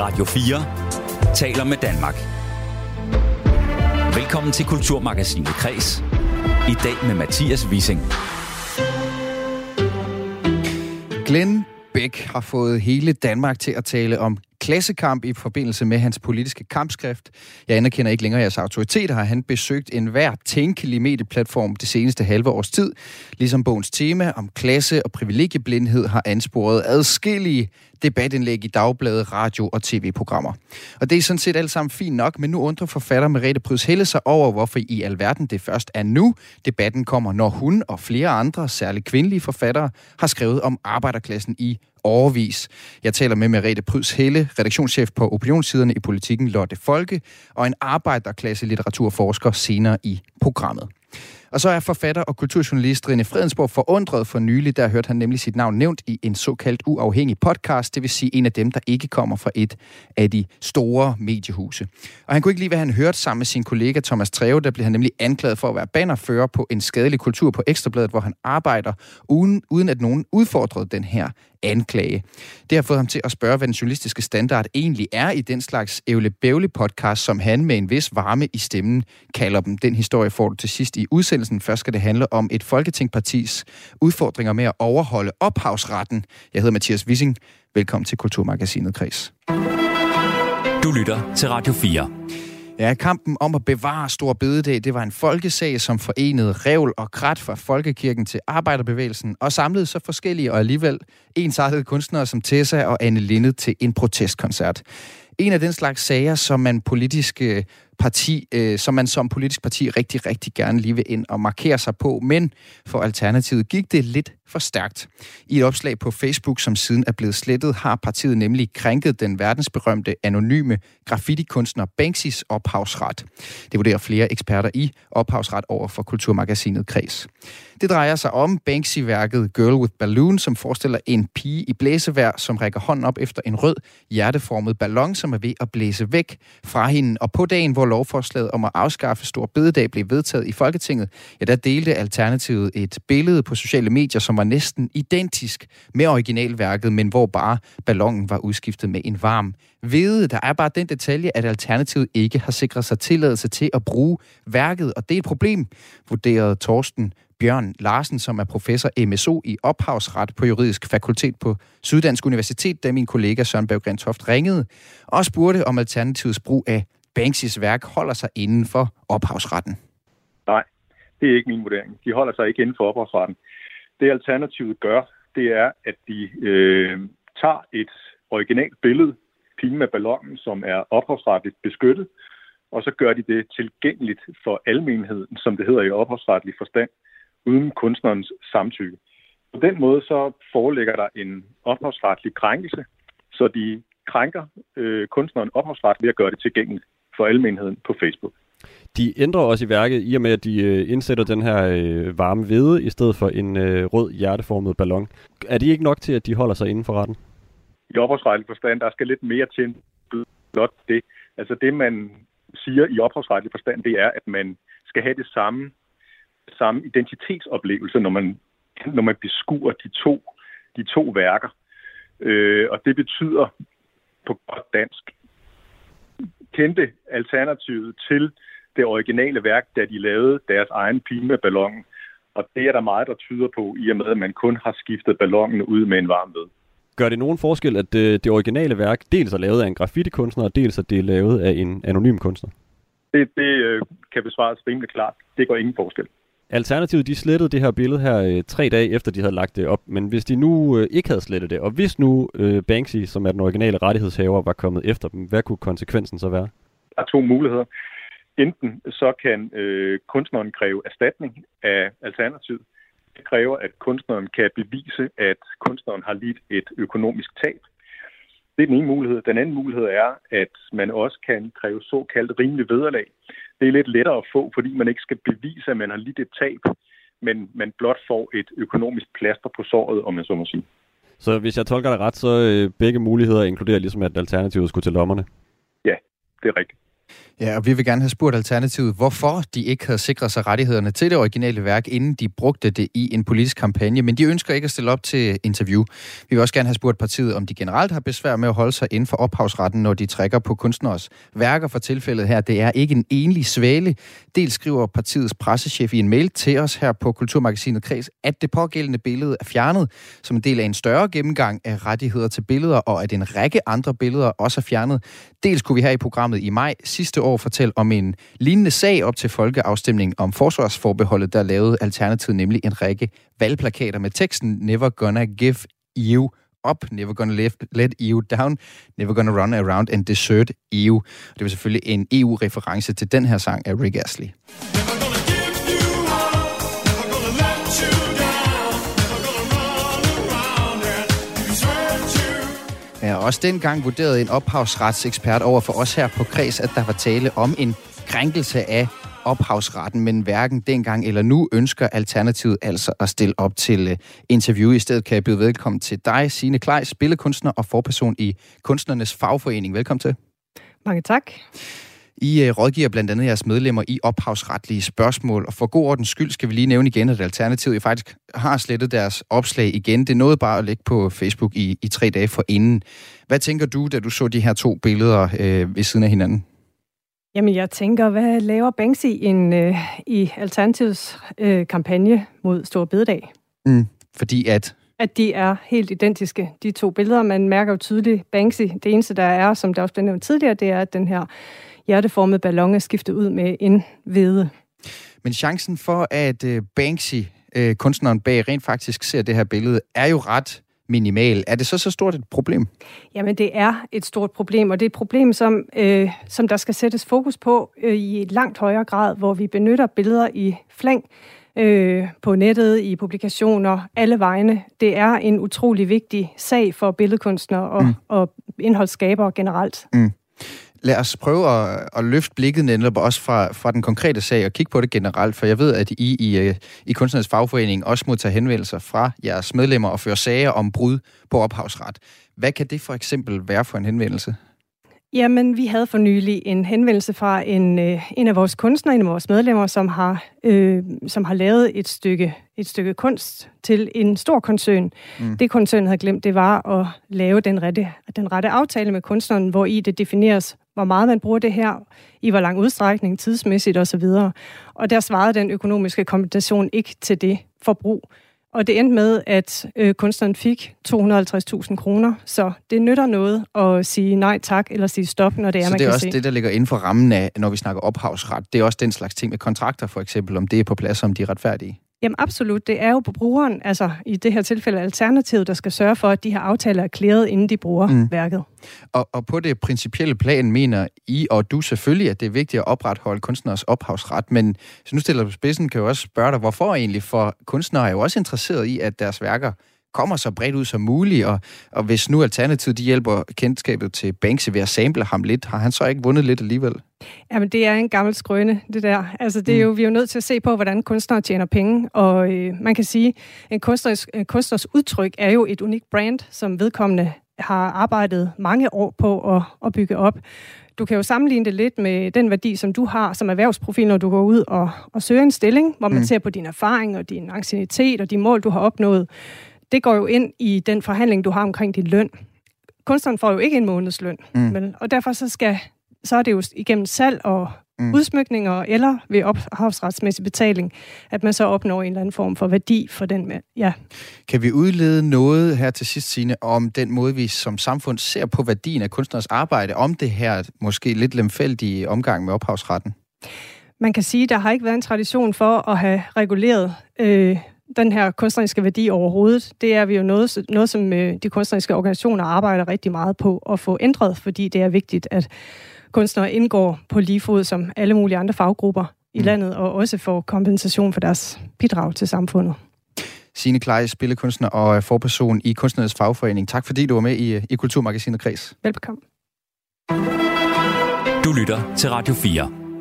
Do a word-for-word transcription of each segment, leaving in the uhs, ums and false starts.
Radio fire taler med Danmark. Velkommen til Kulturmagasinet Kres. I dag med Mathias Wissing. Glenn Bech har fået hele Danmark til at tale om klassekamp i forbindelse med hans politiske kampskrift. Jeg anerkender ikke længere jeres autoritet, har han besøgt enhver tænkelig medieplatform det seneste halve års tid. Ligesom bogens tema om klasse og privilegieblindhed har ansporet adskillige debatindlæg i dagblade, radio og tv-programmer. Og det er sådan set alt sammen fint nok, men nu undrer forfatter Merete Pryds Helle sig over, hvorfor i alverden det først er nu. Debatten kommer, når hun og flere andre, særligt kvindelige forfattere, har skrevet om arbejderklassen i årevis. Jeg taler med Merete Pryds Helle, redaktionschef på opinionssiderne i Politikken Lotte Folke, og en arbejderklasse litteraturforsker senere i programmet. Og så er forfatter og kulturjournalist Rene Fredensborg forundret for nylig. Der hørte han nemlig sit navn nævnt i en såkaldt uafhængig podcast, det vil sige en af dem, der ikke kommer fra et af de store mediehuse. Og han kunne ikke lide, hvad han hørte sammen med sin kollega Thomas Treve. Der blev han nemlig anklaget for at være bannerfører på en skadelig kultur på Ekstrabladet, hvor han arbejder, uden, uden at nogen udfordrede den her anklage. Det har fået ham til at spørge, hvad den journalistiske standard egentlig er i den slags ævle-bævle podcast, som han med en vis varme i stemmen kalder dem. Den historie får du til sidst i udsendelsen. Først skal det handle om et folketingspartis udfordringer med at overholde ophavsretten. Jeg hedder Mathias Wissing. Velkommen til Kulturmagasinet Kres. Du lytter til Radio fire. Ja, kampen om at bevare Store Bededag, det var en folkesag, som forenede revl og krat fra folkekirken til arbejderbevægelsen, og samlede så forskellige og alligevel ensartede kunstnere som Tessa og Anne Linnet til en protestkoncert. En af den slags sager, som man politisk parti, øh, som man som politisk parti rigtig, rigtig gerne lige vil ind og markere sig på, men for Alternativet gik det lidt for stærkt. I et opslag på Facebook, som siden er blevet slettet, har partiet nemlig krænket den verdensberømte anonyme graffiti-kunstner Banksys ophavsret. Det vurderer flere eksperter i ophavsret over for Kulturmagasinet Kres. Det drejer sig om Banksy-værket Girl with Balloon, som forestiller en pige i blæsevejr, som rækker hånden op efter en rød, hjerteformet ballon, som er ved at blæse væk fra hende. Og på dagen, hvor lovforslaget om at afskaffe Store Bededag blev vedtaget i Folketinget, ja, der delte Alternativet et billede på sociale medier, som var næsten identisk med originalværket, men hvor bare ballonen var udskiftet med en varm hvede. Der er bare den detalje, at Alternativet ikke har sikret sig tilladelse til at bruge værket, og det er et problem, vurderede Torsten Bjørn Larsen, som er professor M S O i ophavsret på Juridisk Fakultet på Syddansk Universitet, da min kollega Søren Berggren Toft ringede og spurgte, om Alternativets brug af Banksys værk holder sig inden for ophavsretten. Nej, det er ikke min vurdering. De holder sig ikke inden for ophavsretten. Det Alternativet gør, det er, at de øh, tager et originalt billede, pigen med ballonen, som er ophavsretligt beskyttet, og så gør de det tilgængeligt for almenheden, som det hedder i ophavsretlig forstand, uden kunstnerens samtykke. På den måde så foreligger der en ophavsretlig krænkelse, så de krænker øh, kunstneren ophavsret ved at gøre det tilgængeligt for almenheden på Facebook. De ændrer også i værket, i og med at de øh, indsætter den her øh, varme hvede i stedet for en øh, rød hjerteformet ballon. Er det ikke nok til, at de holder sig inden for retten? I ophavsretlig forstand, der skal lidt mere til blot det. Altså det, man siger i ophavsretlig forstand, det er, at man skal have det samme samme identitetsoplevelse, når man, når man beskuer de to, de to værker. Øh, og det betyder på godt dansk, kendte Alternativet til det originale værk, da de lavede deres egen pige med ballonen. Og det er der meget, der tyder på, i og med, at man kun har skiftet ballonen ud med en varm ved. Gør det nogen forskel, at det, det originale værk dels er lavet af en graffiti-kunstner, og dels er det lavet af en anonym kunstner? Det, det øh, kan besvares rimelig klart. Det gør ingen forskel. Alternativet, de slettede det her billede her øh, tre dage efter, de havde lagt det op. Men hvis de nu øh, ikke havde slettet det, og hvis nu øh, Banksy, som er den originale rettighedshaver, var kommet efter dem, hvad kunne konsekvensen så være? Der er to muligheder. Enten så kan øh, kunstneren kræve erstatning af Alternativet. Det kræver, at kunstneren kan bevise, at kunstneren har lidt et økonomisk tab. Det er den ene mulighed. Den anden mulighed er, at man også kan kræve såkaldt rimelig vederlag. Det er lidt lettere at få, fordi man ikke skal bevise, at man har lidt et tab, men man blot får et økonomisk plaster på såret, om man så må sige. Så hvis jeg tolker dig ret, så øh, begge muligheder inkluderer ligesom, at Alternativet skulle til lommerne? Ja, det er rigtigt. Ja, og vi vil gerne have spurgt Alternativet, hvorfor de ikke havde sikret sig rettighederne til det originale værk, inden de brugte det i en politisk kampagne, men de ønsker ikke at stille op til interview. Vi vil også gerne have spurgt partiet, om de generelt har besvær med at holde sig inden for ophavsretten, når de trækker på kunstneres værker. For tilfældet her, det er ikke en enlig svale. Dels skriver partiets pressechef i en mail til os her på Kulturmagasinet Kreds, at det pågældende billede er fjernet som en del af en større gennemgang af rettigheder til billeder, og at en række andre billeder også er fjernet. Dels kunne vi her i programmet i maj sidste år fortælle om en lignende sag op til folkeafstemningen om forsvarsforbeholdet, der lavede Alternativet nemlig en række valgplakater med teksten Never gonna give you up, never gonna let, let E U down, never gonna run around and desert E U. Og det var selvfølgelig en E U-reference til den her sang af Rick Astley. Ja, også dengang vurderede en ophavsretsekspert over for os her på Kreds, at der var tale om en krænkelse af ophavsretten, men hverken dengang eller nu ønsker Alternativet altså at stille op til interview. I stedet kan jeg byde velkommen til dig, Signe Kleis, billedkunstner og forperson i Kunstnernes Fagforening. Velkommen til. Mange tak. I uh, rådgiver blandt andet jeres medlemmer i ophavsretlige spørgsmål, og for god ordens skyld skal vi lige nævne igen, at Alternativet faktisk har slettet deres opslag igen. Det nåede bare at lægge på Facebook i, i tre dage forinden. Hvad tænker du, da du så de her to billeder øh, ved siden af hinanden? Jamen, jeg tænker, hvad laver Banksy en, øh, i Alternativets øh, kampagne mod Store Bededag? Mm, fordi at... At de er helt identiske, de to billeder. Man mærker jo tydeligt Banksy. Det eneste, der er, som der også blev nævnt tidligere, det er, at den her hjerteformede ballon er skiftet ud med en hvede. Men chancen for, at øh, Banksy, øh, kunstneren bag, rent faktisk ser det her billede, er jo ret minimal. Er det så så stort et problem? Jamen, det er et stort problem, og det er et problem, som, øh, som der skal sættes fokus på øh, i langt højere grad, hvor vi benytter billeder i flæng, øh, på nettet, i publikationer, alle vegne. Det er en utrolig vigtig sag for billedkunstnere og, mm. og indholdsskabere generelt. Mm. Lad os prøve at, at løfte blikket netop også fra, fra den konkrete sag og kigge på det generelt, for jeg ved, at I i, i Kunstnernes Fagforening også modtager henvendelser fra jeres medlemmer og fører sager om brud på ophavsret. Hvad kan det for eksempel være for en henvendelse? Jamen, vi havde for nylig en henvendelse fra en, øh, en af vores kunstnere, en af vores medlemmer, som har, øh, som har lavet et stykke, et stykke kunst til en stor koncern. Mm. Det koncernen havde glemt, det var at lave den rette, den rette aftale med kunstneren, hvor i det defineres, hvor meget man bruger det her, i hvor lang udstrækning, tidsmæssigt osv. Og der svarede den økonomiske kompensation ikke til det forbrug. Og det endte med, at øh, kunstneren fik to hundrede og halvtreds tusind kroner, så det nytter noget at sige nej tak, eller sige stop, når det er, så man det er kan også se. det, der ligger inden for rammen af, når vi snakker ophavsret. Det er også den slags ting med kontrakter, for eksempel, om det er på plads, om de er retfærdige. Jamen absolut, det er jo på brugeren, altså i det her tilfælde Alternativet, der skal sørge for, at de her aftaler er clearet, inden de bruger mm. værket. Og, og på det principielle plan mener I og du selvfølgelig, at det er vigtigt at opretholde kunstners ophavsret, men så nu stiller du på spidsen, kan jeg også spørge dig, hvorfor egentlig? For kunstnere er jo også interesseret i, at deres værker kommer så bredt ud som muligt, og, og hvis nu Alternativet de hjælper kendskabet til Banksy ved at sample ham lidt, har han så ikke vundet lidt alligevel? Jamen, det er en gammel skrøne, det der. Altså, det er jo, vi er jo nødt til at se på, hvordan kunstnere tjener penge, og øh, man kan sige, en kunstners, en kunstners udtryk er jo et unikt brand, som vedkommende har arbejdet mange år på at, at bygge op. Du kan jo sammenligne det lidt med den værdi, som du har som erhvervsprofil, når du går ud og, og søger en stilling, hvor man mm. ser på din erfaring og din anciennitet og de mål, du har opnået. Det går jo ind i den forhandling, du har omkring din løn. Kunstneren får jo ikke en månedsløn, mm. men, og derfor så, skal, så er det jo igennem salg og mm. udsmykninger eller ved ophavsretsmæssig betaling, at man så opnår en eller anden form for værdi for den med. Ja. Kan vi udlede noget her til sidst, Signe, om den måde, vi som samfund ser på værdien af kunstners arbejde, om det her måske lidt lemfældige omgang med ophavsretten? Man kan sige, at der har ikke været en tradition for at have reguleret øh, den her kunstneriske værdi overhovedet. Det er vi jo noget, noget som øh, de kunstneriske organisationer arbejder rigtig meget på at få ændret, fordi det er vigtigt, at kunstnere indgår på lige fod som alle mulige andre faggrupper i mm. landet, og også får kompensation for deres bidrag til samfundet. Signe Kleis, billedkunstner og forperson i Kunstnernes Fagforening. Tak fordi du var med i, i Kulturmagasinet Kreds. Velbekomme. Du lytter til Radio fire.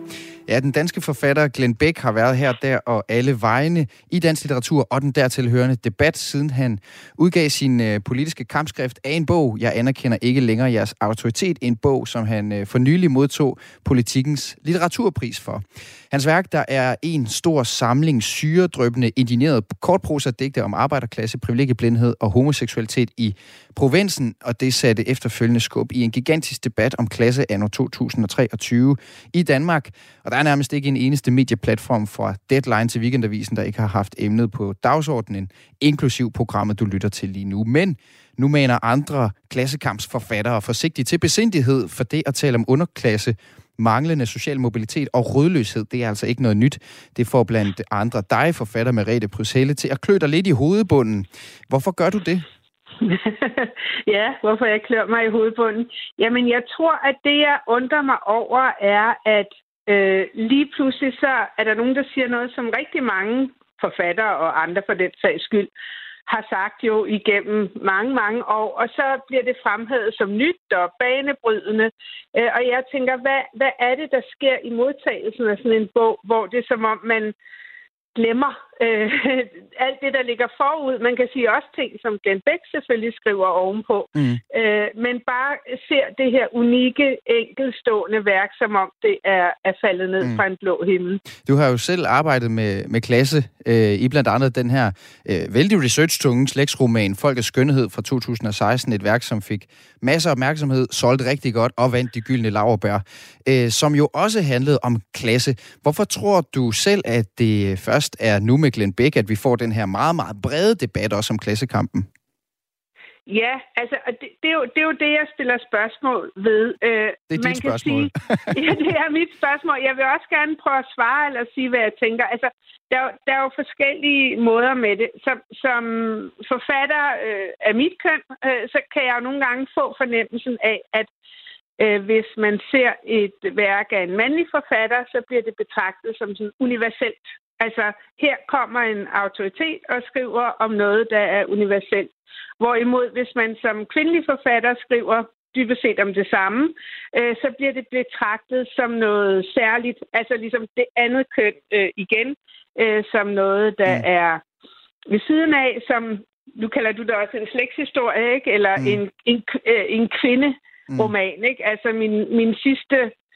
Ja, den danske forfatter Glenn Bech har været her, der og alle vegne i dansk litteratur og den dertilhørende debat, siden han udgav sin øh, politiske kampskrift af en bog, Jeg anerkender ikke længere jeres autoritet, en bog, som han øh, for nylig modtog Politikens litteraturpris for. Hans værk, der er en stor samling syredrøbende, indigneret kortprosa-digte om arbejderklasse, privilegieblindhed og homoseksualitet i provinsen, og det satte efterfølgende skub i en gigantisk debat om klasse anno to tusind treogtyve i Danmark. Og der er nærmest ikke en eneste medieplatform fra Deadline til Weekendavisen, der ikke har haft emnet på dagsordenen, inklusiv programmet, du lytter til lige nu. Men nu maner andre klassekampsforfattere forsigtigt til besindighed, for det at tale om underklasse, manglende social mobilitet og rødløshed, det er altså ikke noget nyt. Det får blandt andre dig, forfatter Merete Pryds Helle, til at klø dig lidt i hovedbunden. Hvorfor gør du det? Ja, hvorfor jeg klør mig i hovedbunden? Jamen, jeg tror, at det, jeg undrer mig over, er, at øh, lige pludselig så er der nogen, der siger noget, som rigtig mange forfattere og andre for den sags skyld har sagt jo igennem mange, mange år, og så bliver det fremhævet som nyt og banebrydende. Øh, og jeg tænker, hvad, hvad er det, der sker i modtagelsen af sådan en bog, hvor det er som om, man glemmer øh, alt det, der ligger forud. Man kan sige også ting, som Glenn Bech selvfølgelig skriver ovenpå, mm. øh, men bare ser det her unikke, enkeltstående værk, som om det er, er faldet ned mm. fra en blå himmel. Du har jo selv arbejdet med, med klasse øh, i blandt andet den her øh, vældig research-tunge slægtsroman Folkets Skønhed fra to tusind og seksten, et værk, som fik masser af opmærksomhed, solgte rigtig godt og vandt de gyldne laurbær, øh, som jo også handlede om klasse. Hvorfor tror du selv, at det først er nu med Glenn Bech, at vi får den her meget, meget brede debat også om klassekampen? Ja, altså, det, det, er jo, det er jo det, jeg stiller spørgsmål ved. Øh, det er dit spørgsmål. Sige, ja, det er mit spørgsmål. Jeg vil også gerne prøve at svare eller sige, hvad jeg tænker. Altså, der, der er jo forskellige måder med det. Som, som forfatter øh, af mit køn, øh, så kan jeg jo nogle gange få fornemmelsen af, at øh, hvis man ser et værk af en mandlig forfatter, så bliver det betragtet som sådan universelt. Altså, her kommer en autoritet og skriver om noget, der er universelt. Hvorimod, hvis man som kvindelig forfatter skriver dybest set om det samme, øh, så bliver det betragtet som noget særligt, altså ligesom det andet køn øh, igen, øh, som noget, der mm. er ved siden af, som, nu kalder du det også en slægtshistorie, ikke? Eller mm. en, en, øh, en kvinderoman, mm. ikke? Altså min, min sidste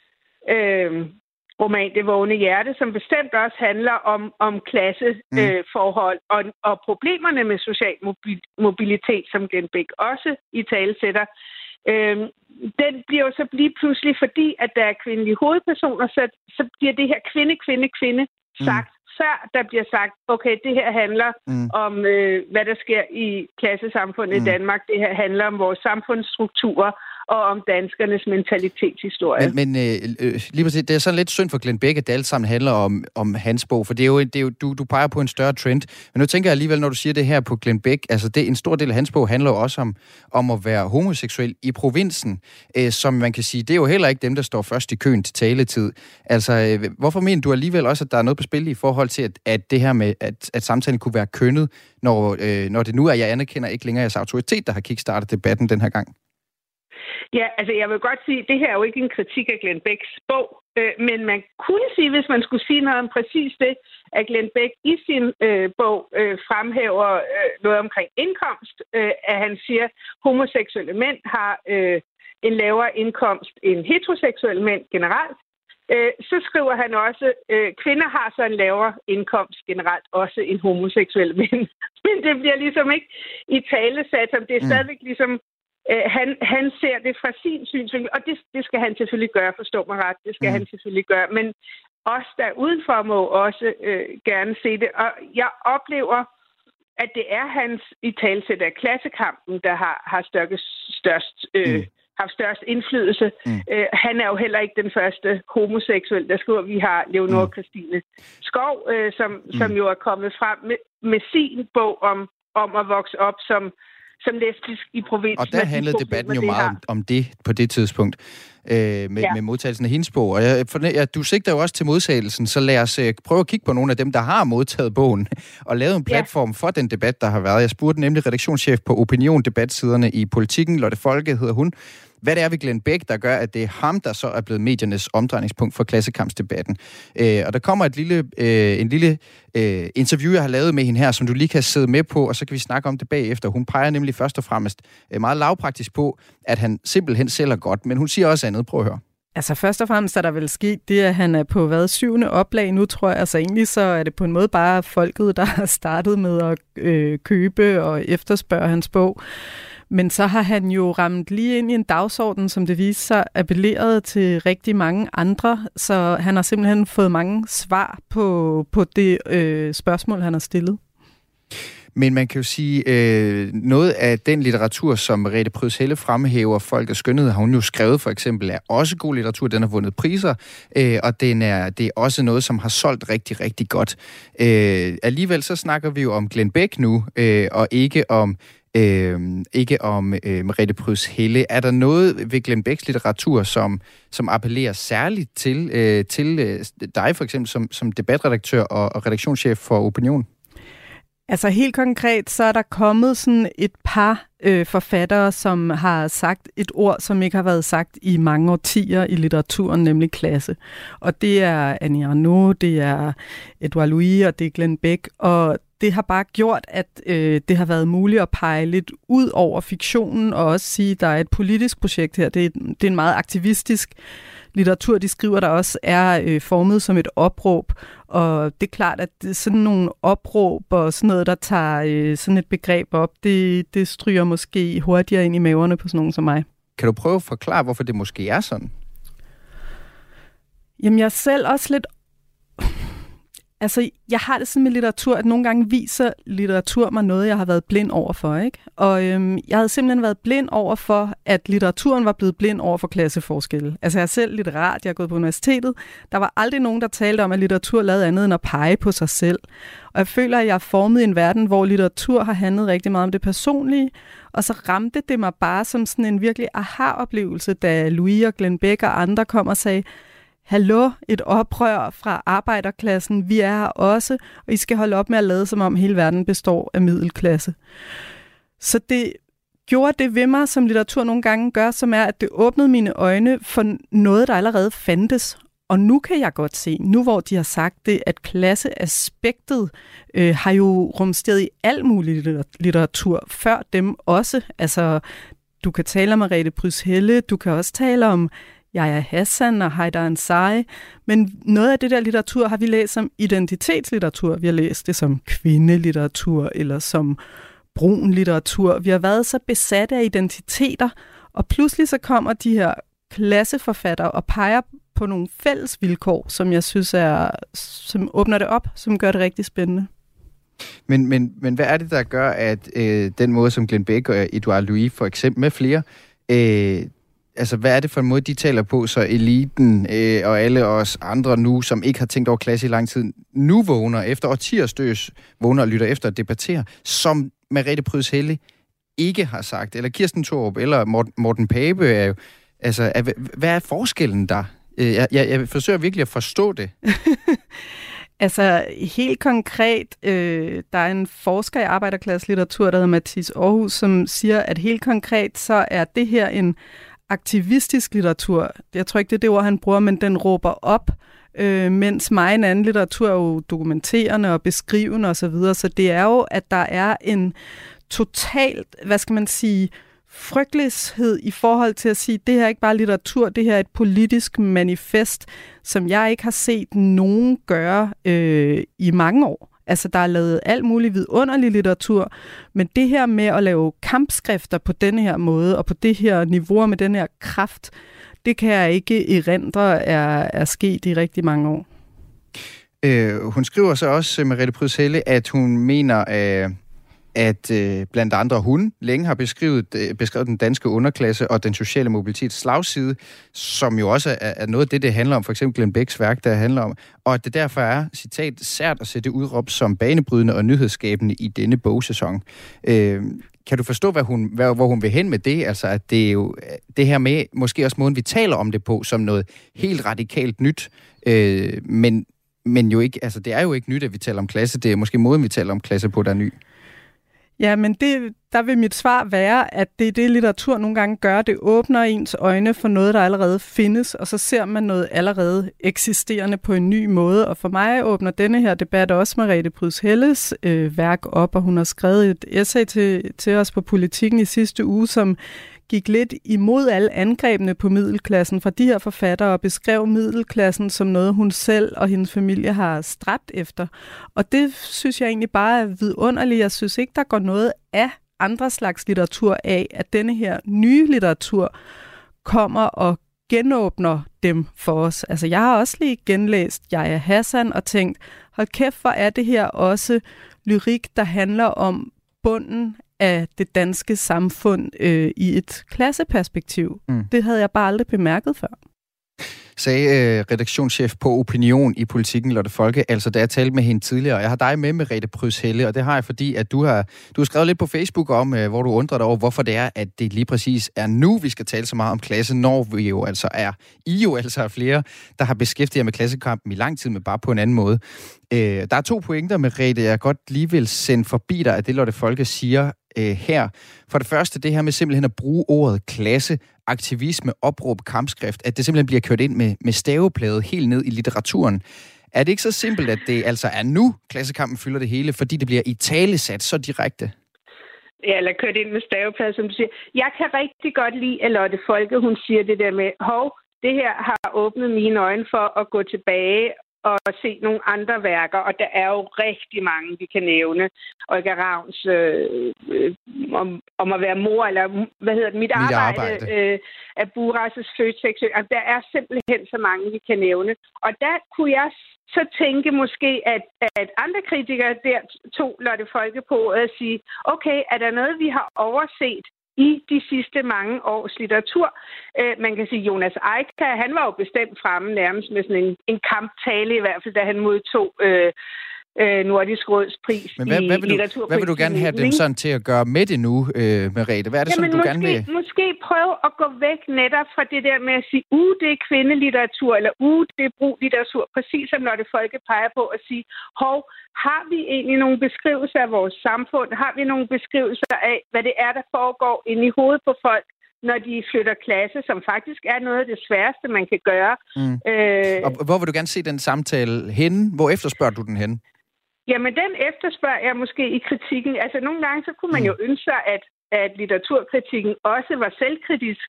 øh, roman, Det vågne hjerte, som bestemt også handler om, om klasseforhold mm. øh, og, og problemerne med social mobilitet, som Glenn Bech også i talesætter. Øh, den bliver jo så lige pludselig, fordi at der er kvindelige hovedpersoner, så, så bliver det her kvinde, kvinde, kvinde sagt, mm. før der bliver sagt, okay, det her handler mm. om, øh, hvad der sker i klassesamfundet mm. i Danmark. Det her handler om vores samfundsstrukturer og om danskernes mentalitetshistorie. Men, men øh, lige præcis, det er sådan lidt synd for Glenn Bech, at det alt sammen handler om, om hans bog, for det er jo, det er jo du, du peger på en større trend. Men nu tænker jeg alligevel, når du siger det her på Glenn Bech, altså det, en stor del af hans bog handler jo også om, om at være homoseksuel i provinsen, øh, som man kan sige, det er jo heller ikke dem, der står først i køen til taletid. Altså, øh, hvorfor mener du alligevel også, at der er noget på spil i forhold til, at, at det her med, at, at samtalen kunne være kønnet, når, øh, når det nu er, jeg anerkender ikke længere jeres autoritet, der har kickstartet debatten den her gang? Ja, altså jeg vil godt sige, at det her er jo ikke en kritik af Glenn Bechs bog, øh, men man kunne sige, hvis man skulle sige noget om præcis det, at Glenn Bech i sin øh, bog øh, fremhæver øh, noget omkring indkomst, øh, at han siger, at homoseksuelle mænd har øh, en lavere indkomst end heteroseksuelle mænd generelt. Øh, så skriver han også, at øh, kvinder har så en lavere indkomst generelt også end homoseksuelle mænd. Men det bliver ligesom ikke i talesat, som det er stadigvæk ligesom Uh, han, han ser det fra sin synsvinkel, og det, det skal han selvfølgelig gøre, forstå mig ret, det skal mm. han selvfølgelig gøre, men os der udenfor må også uh, gerne se det, og jeg oplever, at det er hans italesæt af klassekampen, der har, har størst, størst, uh, mm. haft størst indflydelse. Mm. Uh, han er jo heller ikke den første homoseksuel, der skriver, vi har Leonora mm. Christine Skov, uh, som, mm. som jo er kommet frem med, med sin bog om, om at vokse op som som lesbisk i provinsen. Og der handlede debatten jo meget om, om det på det tidspunkt, øh, med, ja. med modtagelsen af hendes bog. Og jeg, for, ja, du sigter jo også til modtagelsen, så lad os øh, prøve at kigge på nogle af dem, der har modtaget bogen, og lavet en platform ja. for den debat, der har været. Jeg spurgte nemlig redaktionschef på Opinion Debatsiderne i Politikken, Lotte Folke hedder hun. hvad det er ved Glenn Bæk, der gør, at det er ham, der så er blevet mediernes omdrejningspunkt for klassekampsdebatten. Øh, og der kommer et lille, øh, en lille øh, interview, jeg har lavet med hende her, som du lige kan sidde med på, og så kan vi snakke om det bagefter. Hun peger nemlig først og fremmest øh, meget lavpraktisk på, at han simpelthen sælger godt, men hun siger også andet. Prøv at høre. Altså først og fremmest er der vel sket det, at han er på hvad, syvende oplag nu, tror jeg. Altså egentlig så er det på en måde bare folket, der har startet med at øh, købe og efterspørge hans bog. Men så har han jo ramt lige ind i en dagsorden, som det viser sig, appelleret til rigtig mange andre. Så han har simpelthen fået mange svar på, på det øh, spørgsmål, han har stillet. Men man kan jo sige, øh, noget af den litteratur, som Merete Pryds Helle fremhæver, Folk og Skønhed, har hun jo skrevet for eksempel, er også god litteratur. Den har vundet priser, øh, og den er, det er også noget, som har solgt rigtig, rigtig godt. Øh, alligevel så snakker vi jo om Glenn Bæk nu, øh, og ikke om Øh, ikke om øh, Merete Pryds Helle. Er der noget ved Glenn Bæks litteratur, som, som appellerer særligt til, øh, til øh, dig for eksempel som, som debatredaktør og, og redaktionschef for Opinion? Altså helt konkret, så er der kommet sådan et par øh, forfattere, som har sagt et ord, som ikke har været sagt i mange årtier i litteraturen, nemlig klasse. Og det er Annie Ernaux, det er Edouard Louis og det er Glenn Bæk, og det har bare gjort, at øh, det har været muligt at pege lidt ud over fiktionen, og også sige, at der er et politisk projekt her. Det er, det er en meget aktivistisk litteratur, de skriver, der også er øh, formet som et opråb. Og det er klart, at det, sådan nogle opråb og sådan noget, der tager øh, sådan et begreb op, det, det stryger måske hurtigere ind i maverne på sådan nogen som mig. Kan du prøve at forklare, hvorfor det måske er sådan? Jamen, jeg er selv også lidt... Altså, jeg har det sådan med litteratur, at nogle gange viser litteratur mig noget, jeg har været blind over for, ikke? Og øhm, jeg havde simpelthen været blind over for, at litteraturen var blevet blind over for klasseforskelle. Altså, jeg er selv litterat, jeg er gået på universitetet. Der var aldrig nogen, der talte om, at litteratur lavede andet end at pege på sig selv. Og jeg føler, at jeg er formet i en verden, hvor litteratur har handlet rigtig meget om det personlige. Og så ramte det mig bare som sådan en virkelig aha-oplevelse, da Louis og Glenn Bæk og andre kom og sagde, hallo, et oprør fra arbejderklassen, vi er her også, og I skal holde op med at lade, som om hele verden består af middelklasse. Så det gjorde det ved mig, som litteratur nogle gange gør, som er, at det åbnede mine øjne for noget, der allerede fandtes. Og nu kan jeg godt se, nu hvor de har sagt det, at klasseaspektet øh, har jo rumsteret i al mulig litteratur, før dem også. Altså, du kan tale om Merete Pryds Helle, du kan også tale om Yahya Hassan og Haidar Ansari, men noget af det der litteratur har vi læst som identitetslitteratur. Vi har læst det som kvindelitteratur eller som brun litteratur. Vi har været så besatte af identiteter, og pludselig så kommer de her klasseforfattere og peger på nogle fælles vilkår, som jeg synes er, som åbner det op, som gør det rigtig spændende. Men, men, men hvad er det, der gør, at øh, den måde, som Glenn Bæk og Edouard Louis for eksempel med flere, øh, altså, hvad er det for en måde, de taler på, så eliten øh, og alle os andre nu, som ikke har tænkt over klasse i lang tid, nu vågner efter årtiers døs, vågner og lytter efter at debattere, som Merete Pryds Helle ikke har sagt, eller Kirsten Thorup, eller Morten, Morten Pape er jo, altså, er, hvad er forskellen der? Jeg, jeg, jeg forsøger virkelig at forstå det. Altså, helt konkret, øh, der er en forsker i arbejderklasselitteratur, der hedder Mathias Aarhus, som siger, at helt konkret, så er det her en aktivistisk litteratur. Jeg tror ikke, det er det ord, han bruger, men den råber op, øh, mens meget en anden litteratur er jo dokumenterende og beskrivende osv. Så, videre. Så det er jo, at der er en totalt, hvad skal man sige, frygtelighed i forhold til at sige, det her er ikke bare litteratur, det her er et politisk manifest, som jeg ikke har set nogen gøre øh, i mange år. Altså, der er lavet alt muligt vidunderlig litteratur, men det her med at lave kampskrifter på denne her måde, og på det her niveau med den her kraft, det kan jeg ikke erindre er, er sket i rigtig mange år. Øh, hun skriver så også, Merete Pryds Helle, at hun mener, øh, at øh, blandt andre hun længe har beskrevet, øh, beskrevet den danske underklasse og den sociale mobilitets slagside, som jo også er, er noget af det, det handler om, for eksempel Glenn Bæks værk, der handler om, og at det derfor er, citat, sært at sætte udråb som banebrydende og nyhedsskabende i denne bogsæson. Øh, kan du forstå, hvad hun, hvad, hvor hun vil hen med det? Altså, at det er jo det her med, måske også måden, vi taler om det på, som noget helt radikalt nyt, øh, men, men jo ikke, altså det er jo ikke nyt, at vi taler om klasse, det er måske måden, vi taler om klasse på, der er ny. Ja, men det, der vil mit svar være, at det er det, litteratur nogle gange gør. Det åbner ens øjne for noget, der allerede findes, og så ser man noget allerede eksisterende på en ny måde. Og for mig åbner denne her debat også Merete Pryds Helles øh, værk op, og hun har skrevet et essay til, til os på Politikken i sidste uge, som gik lidt imod alle angrebene på middelklassen fra de her forfattere og beskrev middelklassen som noget, hun selv og hendes familie har stræbt efter. Og det synes jeg egentlig bare er vidunderligt. Jeg synes ikke, der går noget af andre slags litteratur af, at denne her nye litteratur kommer og genåbner dem for os. Altså, jeg har også lige genlæst Yahya Hassan og tænkt, hold kæft, hvor er det her også lyrik, der handler om bunden af det danske samfund øh, i et klasseperspektiv. Mm. Det havde jeg bare aldrig bemærket før. Sagde øh, redaktionschef på Opinion i Politikken, Lotte Folke, altså da jeg talte med hende tidligere. Jeg har dig med, Merete Pryds Helle, og det har jeg, fordi at du har, du har skrevet lidt på Facebook om, øh, hvor du undrer dig over, hvorfor det er, at det lige præcis er nu, vi skal tale så meget om klasse, når vi jo altså er, I jo altså er flere, der har beskæftiget jer med klassekampen i lang tid, men bare på en anden måde. Øh, der er to pointer, Merete, jeg godt lige vil sende forbi dig, at det Lotte Folke siger øh, her. For det første, det her med simpelthen at bruge ordet klasse, aktivisme, opråb, kampskrift, at det simpelthen bliver kørt ind med, med staveplade helt ned i litteraturen. Er det ikke så simpelt, at det altså er nu, klassekampen fylder det hele, fordi det bliver i talesat så direkte? Ja, eller kørt ind med staveplade, som du siger. Jeg kan rigtig godt lide, at Lotte Folke, hun siger det der med, hov, det her har åbnet mine øjne for at gå tilbage og se nogle andre værker, og der er jo rigtig mange, vi kan nævne. Olga Ravns øh, øh, om, om at være mor, eller hvad hedder det, mit, mit arbejde, arbejde. Øh, af Buras' Føtex. Altså, der er simpelthen så mange, vi kan nævne. Og der kunne jeg så tænke måske, at, at andre kritikere der tog Lotte Folke på at sige, okay, er der noget, vi har overset i de sidste mange års litteratur? Øh, man kan sige, Jonas Eika, han var jo bestemt fremme nærmest med sådan en, en kamptale, i hvert fald, da han modtog øh, øh, Nordisk Råds pris. Men hvad, i hvad, vil du, hvad vil du gerne have dem sådan til at gøre med det nu, øh, Merete? Hvad er det, Jamen, sådan, du måske, gerne vil? Måske prøve at gå væk netop fra det der med at sige, uh, det er kvindelitteratur, eller uh, det er bruglitteratur, præcis som Lotte Folke peger på, at sige, hov, har vi egentlig nogle beskrivelser af vores samfund? Har vi nogle beskrivelser af, hvad det er, der foregår inde i hovedet på folk, når de flytter klasse, som faktisk er noget af det sværeste, man kan gøre? Mm. Øh, Og hvor vil du gerne se den samtale henne? Hvor efterspørger du den henne? Jamen, den efterspørger jeg måske i kritikken. Altså, nogle gange, så kunne man jo ønske sig, at, at litteraturkritikken også var selvkritisk.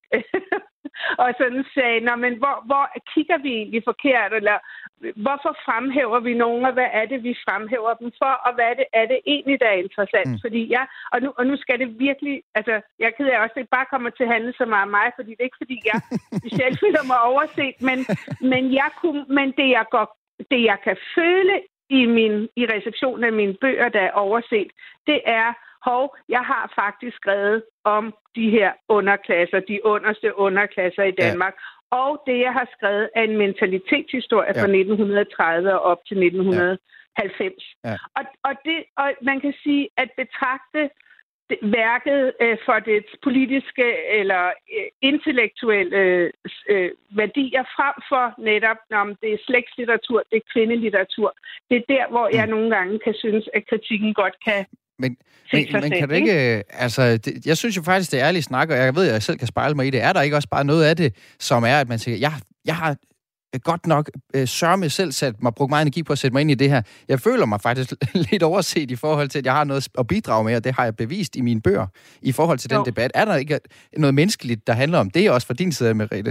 Og sådan sagde, nå, men hvor, hvor kigger vi egentlig forkert? Eller hvorfor fremhæver vi nogen, og hvad er det, vi fremhæver dem for? Og hvad er det, er det egentlig, der er interessant? Mm. Fordi jeg, og nu, og nu skal det virkelig, altså, jeg er ked af også, at det ikke bare kommer til at handle så meget om mig, fordi det er ikke, fordi jeg specielt føler mig overset, men, men, jeg kunne, men det, jeg går, det, jeg kan føle i, min, i receptionen af mine bøger, der er overset, det er, hov, jeg har faktisk skrevet om de her underklasser, de underste underklasser i Danmark. Ja. Og det, jeg har skrevet, er en mentalitetshistorie ja. fra nitten tredive og op til nitten halvfems. Ja. Ja. Og, og, det, og man kan sige, at betragte det, værket øh, for dets politiske eller øh, intellektuelle øh, værdier frem for netop, om det er slægtslitteratur, det er kvindelitteratur. Det er der, hvor jeg mm. nogle gange kan synes, at kritikken godt kan Men, men, men kan du ikke... Altså, det, jeg synes jo faktisk, det er ærligt snak, og jeg ved, at jeg selv kan spejle mig i det. Er der ikke også bare noget af det, som er, at man siger, jeg, jeg har godt nok øh, sørme selv sat mig, brugt meget energi på at sætte mig ind i det her. Jeg føler mig faktisk lidt overset i forhold til, at jeg har noget at bidrage med, og det har jeg bevist i mine bøger i forhold til den jo. debat. Er der ikke noget menneskeligt, der handler om det også fra din side, Merete?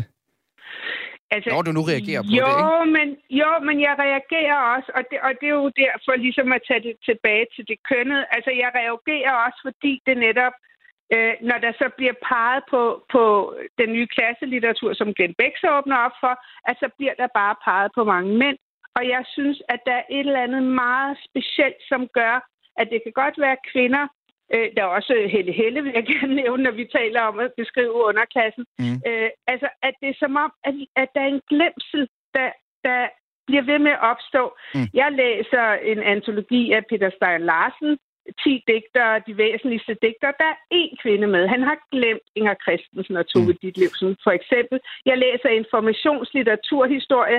Altså, når du nu reagerer på jo, det, ikke? Men, jo, men jeg reagerer også, og det, og det er jo derfor ligesom at tage det tilbage til det kønnede. Altså, jeg reagerer også, fordi det netop, øh, når der så bliver peget på, på den nye klasselitteratur, som Glenn Bæk så åbner op for, at så bliver der bare peget på mange mænd. Og jeg synes, at der er et eller andet meget specielt, som gør, at det kan godt være kvinder. Øh, der er også Helle Helle, vil jeg gerne nævne, når vi taler om at beskrive underklassen. Mm. Øh, altså, at det er som om, at, at der er en glemsel, der, der bliver ved med at opstå. Mm. Jeg læser en antologi af Peter Stein Larsen, ti digtere, de væsentligste digtere. Der er én kvinde med. Han har glemt Inger Christensen og Tove mm. Ditlevsen, for eksempel. Jeg læser informationslitteraturhistorie.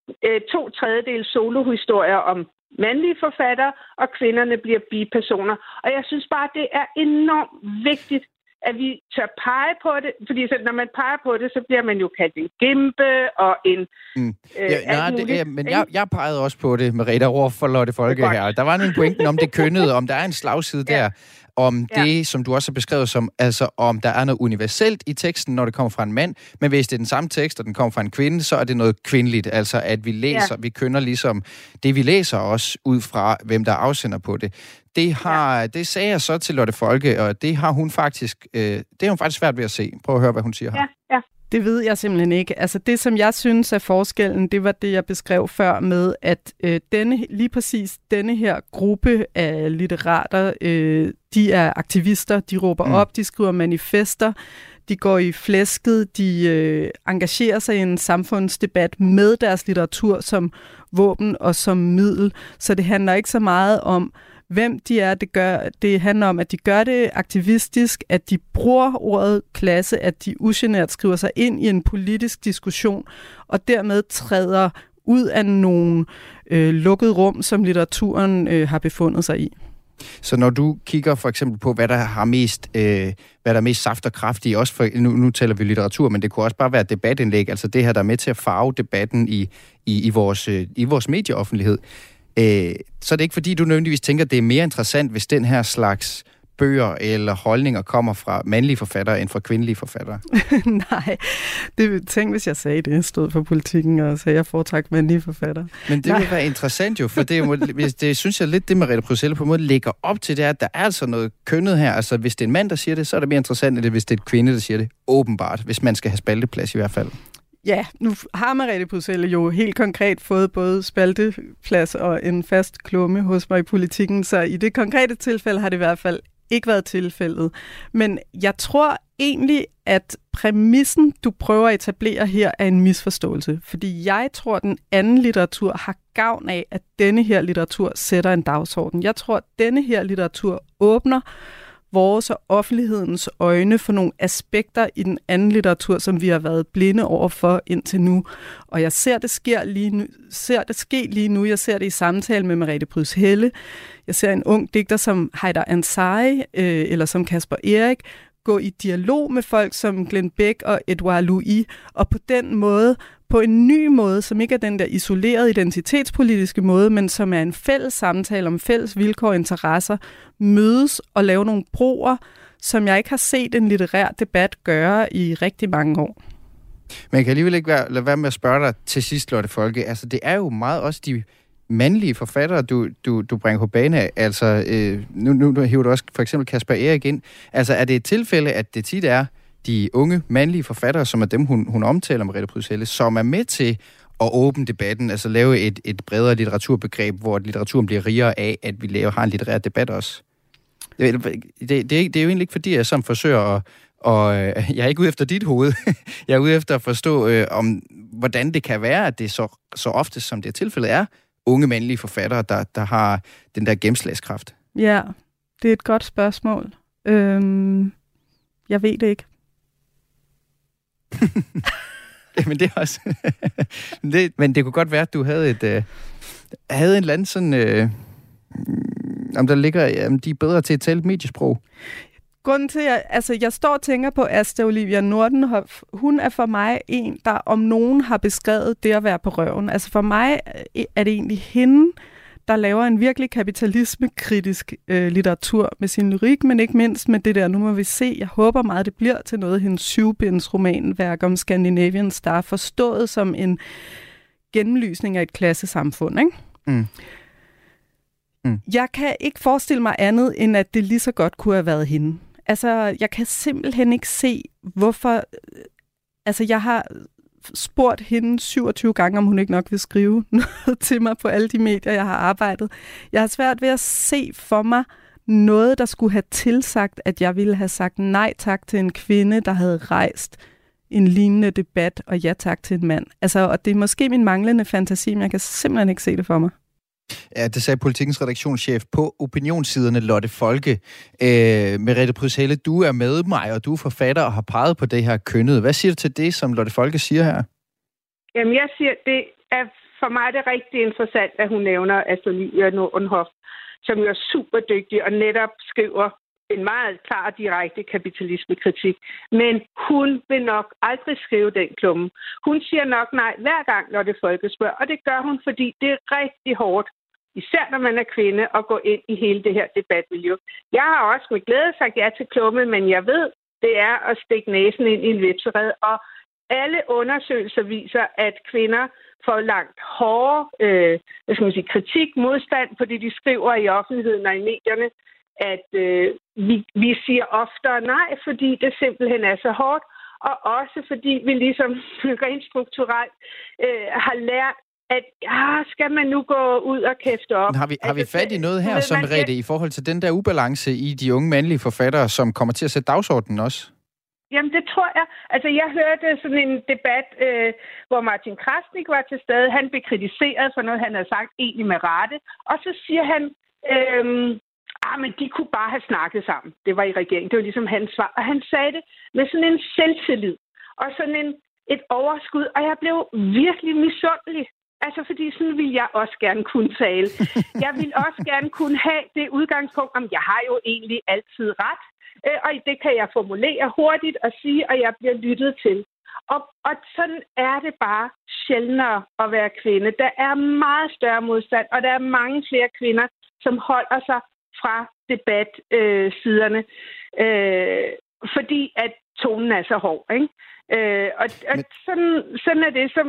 øh, to tredjedel solohistorier om mandlige forfattere, og kvinderne bliver bipersoner. Og jeg synes bare, det er enormt vigtigt, at vi tør pege på det, fordi så, når man peger på det, så bliver man jo kaldt en gimpe og en... Mm. Øh, ja, nej, det, ja, men jeg, jeg pegede også på det, Merete Rohr for Lotte Folke her. Der var en pointen om det kønnede, om der er en slagside ja. der, om ja. det, som du også har beskrevet som, altså om der er noget universelt i teksten, når det kommer fra en mand, men hvis det er den samme tekst, og den kommer fra en kvinde, så er det noget kvindeligt, altså at vi læser, ja. vi kønner ligesom det, vi læser også ud fra, hvem der afsender på det. Det, har, ja. det sagde jeg så til Lotte Folke, og det har hun faktisk, øh, det har hun faktisk svært ved at se. Prøv at høre, hvad hun siger her. Ja, ja. Det ved jeg simpelthen ikke. Altså det, som jeg synes er forskellen, det var det, jeg beskrev før med, at øh, denne, lige præcis denne her gruppe af litterater, øh, de er aktivister, de råber mm. op, de skriver manifester, de går i flæsket, de øh, engagerer sig i en samfundsdebat med deres litteratur som våben og som middel. Så det handler ikke så meget om, hvem de er. Det, gør, det handler om, at de gør det aktivistisk, at de bruger ordet klasse, at de ugenert skriver sig ind i en politisk diskussion, og dermed træder ud af nogle øh, lukkede rum, som litteraturen øh, har befundet sig i. Så når du kigger for eksempel på, hvad der har mest, øh, hvad der er mest saft og kraft i, også for, nu, nu taler vi litteratur, men det kunne også bare være debatindlæg, altså det her, der er med til at farve debatten i, i, i, vores, øh, i vores medieoffentlighed. Øh, så er det ikke fordi, du nødvendigvis tænker, at det er mere interessant, hvis den her slags bøger eller holdninger kommer fra mandlige forfattere end fra kvindelige forfattere? Nej, det tænk, hvis jeg sagde det, stod for politikken og sagde, at jeg foretrækker mandlige forfattere. Men det vil være interessant jo, for det, må, det synes jeg lidt, det Merete Prydselle på en måde lægger op til, det er, at der er altså noget kønnet her. Altså, hvis det er en mand, der siger det, så er det mere interessant, end det, hvis det er en kvinde, der siger det. Åbenbart, hvis man skal have spalteplads i hvert fald. Ja, nu har Merete Prydselle jo helt konkret fået både spalteplads og en fast klumme hos mig i politikken, så i det konkrete tilfælde har det i hvert fald ikke været tilfældet. Men jeg tror egentlig, at præmissen, du prøver at etablere her, er en misforståelse. Fordi jeg tror, at den anden litteratur har gavn af, at denne her litteratur sætter en dagsorden. Jeg tror, at denne her litteratur åbner vores og offentlighedens øjne for nogle aspekter i den anden litteratur, som vi har været blinde over for indtil nu. Og jeg ser det sker lige nu, ser det ske lige nu. Jeg ser det i samtale med Merete Prydselle. Jeg ser en ung digter som Haydar Ansari øh, eller som Kasper Erik gå i dialog med folk som Glenn Bech og Edouard Louis, og på den måde, på en ny måde, som ikke er den der isolerede identitetspolitiske måde, men som er en fælles samtale om fælles vilkår og interesser, mødes og lave nogle broer, som jeg ikke har set en litterær debat gøre i rigtig mange år. Men jeg kan alligevel ikke være, lade være med at spørge dig til sidst, Lotte Folke. Altså, det er jo meget også de mandlige forfattere, du, du, du bringer på bane. Altså, øh, nu, nu hiver du også for eksempel Kasper Erik ind. Altså, er det et tilfælde, at det tit er de unge mandlige forfattere, som er dem, hun, hun omtaler, Merete Prydselle, som er med til at åbne debatten, altså lave et, et bredere litteraturbegreb, hvor litteraturen bliver rigere af, at vi laver, har en litterær debat også? Det, det, det, det er jo egentlig ikke, fordi jeg sådan forsøger at og øh, jeg er ikke ude efter dit hoved. Jeg er ude efter at forstå, øh, om hvordan det kan være, at det så, så ofte, som det tilfælde er, unge mandlige forfattere, der, der har den der gennemslagskraft. Ja, det er et godt spørgsmål. Øhm, jeg ved det ikke. Men det er også... det, men det kunne godt være, at du havde et... Øh, havde en eller anden sådan... Øh, om der ligger... Om de er bedre til at tale et mediesprog. Grunden til, at altså, jeg står og tænker på Asta Olivia Nordenhof. Hun er for mig en, der om nogen har beskrevet det at være på røven. Altså for mig er det egentlig hende, der laver en virkelig kapitalismekritisk øh, litteratur med sin lyrik, men ikke mindst med det der, nu må vi se, jeg håber meget, det bliver til noget, hendes syvbinds romanværk om Scandinavian Star, forstået som en gennemlysning af et klassesamfund, ikke? Mm. Mm. Jeg kan ikke forestille mig andet, end at det lige så godt kunne have været hende. Altså, jeg kan simpelthen ikke se, hvorfor... Altså, jeg har spurgt hende syvogtyve gange, om hun ikke nok vil skrive noget til mig på alle de medier, jeg har arbejdet. Jeg har svært ved at se for mig noget, der skulle have tilsagt, at jeg ville have sagt nej tak til en kvinde, der havde rejst en lignende debat, og ja tak til en mand. Altså, og det er måske min manglende fantasi, men jeg kan simpelthen ikke se det for mig. Ja, det sagde Politikens redaktionschef på opinionssiderne, Lotte Folke. Øh, Merete Prydselle, du er med mig, og du er forfatter og har peget på det her kønnet. Hvad siger du til det, som Lotte Folke siger her? Jamen, jeg siger, det er for mig er det rigtig interessant, at hun nævner Astrid Nordenhof, som jo er super dygtig og netop skriver en meget klar og direkte kapitalismekritik. Men hun vil nok aldrig skrive den klumme. Hun siger nok nej hver gang, når det folkespørger, og det gør hun, fordi det er rigtig hårdt, især når man er kvinde, at gå ind i hele det her debatmiljø. Jeg har også med glæde sagt ja til klumme, men jeg ved, det er at stikke næsen ind i en vipserede, og alle undersøgelser viser, at kvinder får langt hårdere øh, hvad skal man sige, kritik, modstand på det, de skriver i offentligheden og i medierne, at øh, vi, vi siger oftere nej, fordi det simpelthen er så hårdt, og også fordi vi ligesom rent strukturelt øh, har lært, at ja, skal man nu gå ud og kæfte op. Har vi, har vi altså, fat i noget her, som Merete, i forhold til den der ubalance i de unge mandlige forfattere, som kommer til at sætte dagsordenen også? Jamen, det tror jeg. Altså, jeg hørte sådan en debat, øh, hvor Martin Krasnik var til stede. Han blev kritiseret for noget, han havde sagt egentlig med rette. Og så siger han, øh, ah, men de kunne bare have snakket sammen. Det var i regeringen. Det var ligesom hans svar. Og han sagde det med sådan en selvtillid og sådan en, et overskud. Og jeg blev virkelig misundelig. Altså, fordi sådan vil jeg også gerne kunne tale. Jeg vil også gerne kunne have det udgangspunkt, om jeg har jo egentlig altid ret. Og det kan jeg formulere hurtigt og sige, og jeg bliver lyttet til. Og, og sådan er det bare sjældnere at være kvinde. Der er meget større modstand, og der er mange flere kvinder, som holder sig fra debatsiderne, øh, øh, fordi at tonen er så hård. Ikke? Øh, og og Men... sådan, sådan er det, som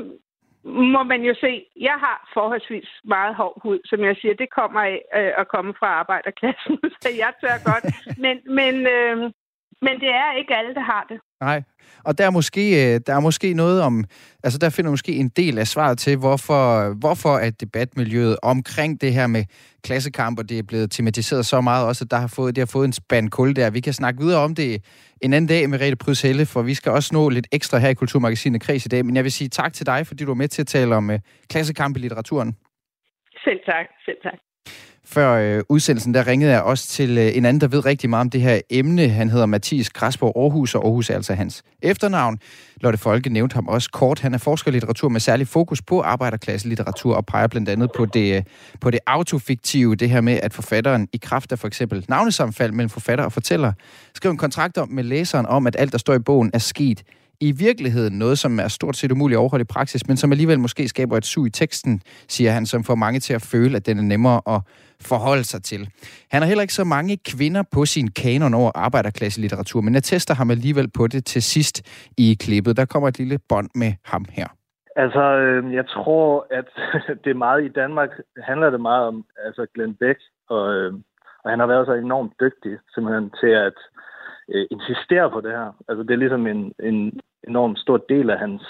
må man jo se. Jeg har forholdsvis meget hård hud, som jeg siger. Det kommer af øh, at komme fra arbejderklassen, så jeg tør godt. Men, men, øh, men det er ikke alle, der har det. Nej, og der er måske, der er måske noget om, altså der finder måske en del af svaret til, hvorfor, hvorfor at debatmiljøet omkring det her med klassekamp, og det er blevet tematiseret så meget også, at der har fået, det har fået en spand kul der. Vi kan snakke videre om det en anden dag med Merete Pryds Helle, for vi skal også nå lidt ekstra her i Kulturmagasinet Kreds i dag, men jeg vil sige tak til dig, fordi du var med til at tale om uh, klassekamp i litteraturen. Selv tak, selv tak. Før øh, udsendelsen, der ringede jeg også til øh, en anden, der ved rigtig meget om det her emne. Han hedder Mathias Græsborg Aarhus, og Aarhus er altså hans efternavn. Lotte Folke nævnte ham også kort. Han er forsker i litteratur med særlig fokus på arbejderklasselitteratur og peger blandt andet på det, på det autofiktive, det her med, at forfatteren i kraft af for eksempel navnesammenfald mellem forfatter og fortæller, skriver en kontrakt om med læseren om, at alt, der står i bogen, er sket i virkeligheden, noget, som er stort set umuligt at overholde i praksis, men som alligevel måske skaber et sug i teksten, siger han, som får mange til at føle, at den er nemmere at forholde sig til. Han har heller ikke så mange kvinder på sin kanon over arbejderklasselitteratur, men jeg tester ham alligevel på det til sidst i klippet. Der kommer et lille bånd med ham her. Altså, øh, jeg tror, at det er meget i Danmark, handler det meget om altså Glenn Beck, og, øh, og han har været så enormt dygtig simpelthen til at øh, insistere på det her. Altså, det er ligesom en, en enormt stor del af hans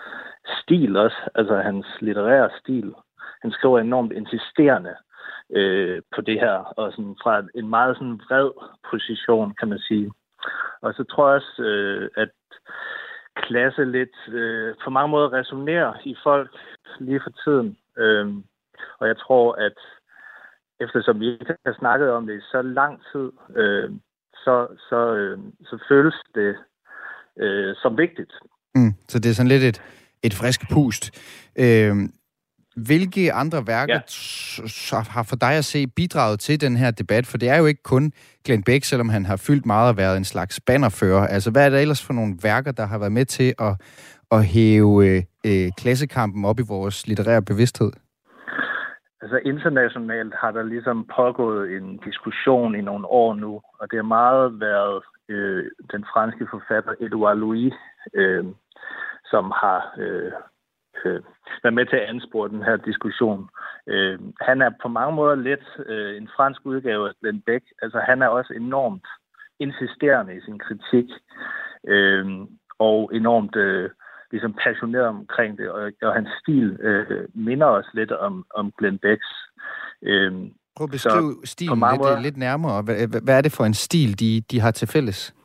stil også, altså hans litterære stil. Han skriver enormt insisterende øh, på det her, og sådan fra en meget sådan vred position, kan man sige. Og så tror jeg også, øh, at klasse lidt øh, på mange måder resonerer i folk lige for tiden. Øh, og jeg tror, at eftersom vi ikke har snakket om det i så lang tid, øh, så, så, øh, så føles det øh, som vigtigt. Mm, så det er sådan lidt et, et frisk pust. Øh, hvilke andre værker ja. har for dig at se bidraget til den her debat? For det er jo ikke kun Glenn Beck, selvom han har fyldt meget og været en slags bannerfører. Altså, hvad er der ellers for nogle værker, der har været med til at, at hæve øh, klassekampen op i vores litterære bevidsthed? Altså, internationalt har der ligesom pågået en diskussion i nogle år nu, og det har meget været øh, den franske forfatter Edouard Louis, øh, som har øh, øh, været med til at anspore den her diskussion. Øh, han er på mange måder lidt øh, en fransk udgave af Glenn Beck. Altså, han er også enormt insisterende i sin kritik, øh, og enormt øh, ligesom passioneret omkring det, og, og hans stil øh, minder os lidt om, om Glenn Becks. Øh, Prøv at beskrive stilen lidt, måder, lidt nærmere. Hvad, hvad er det for en stil, de, de har til fælles?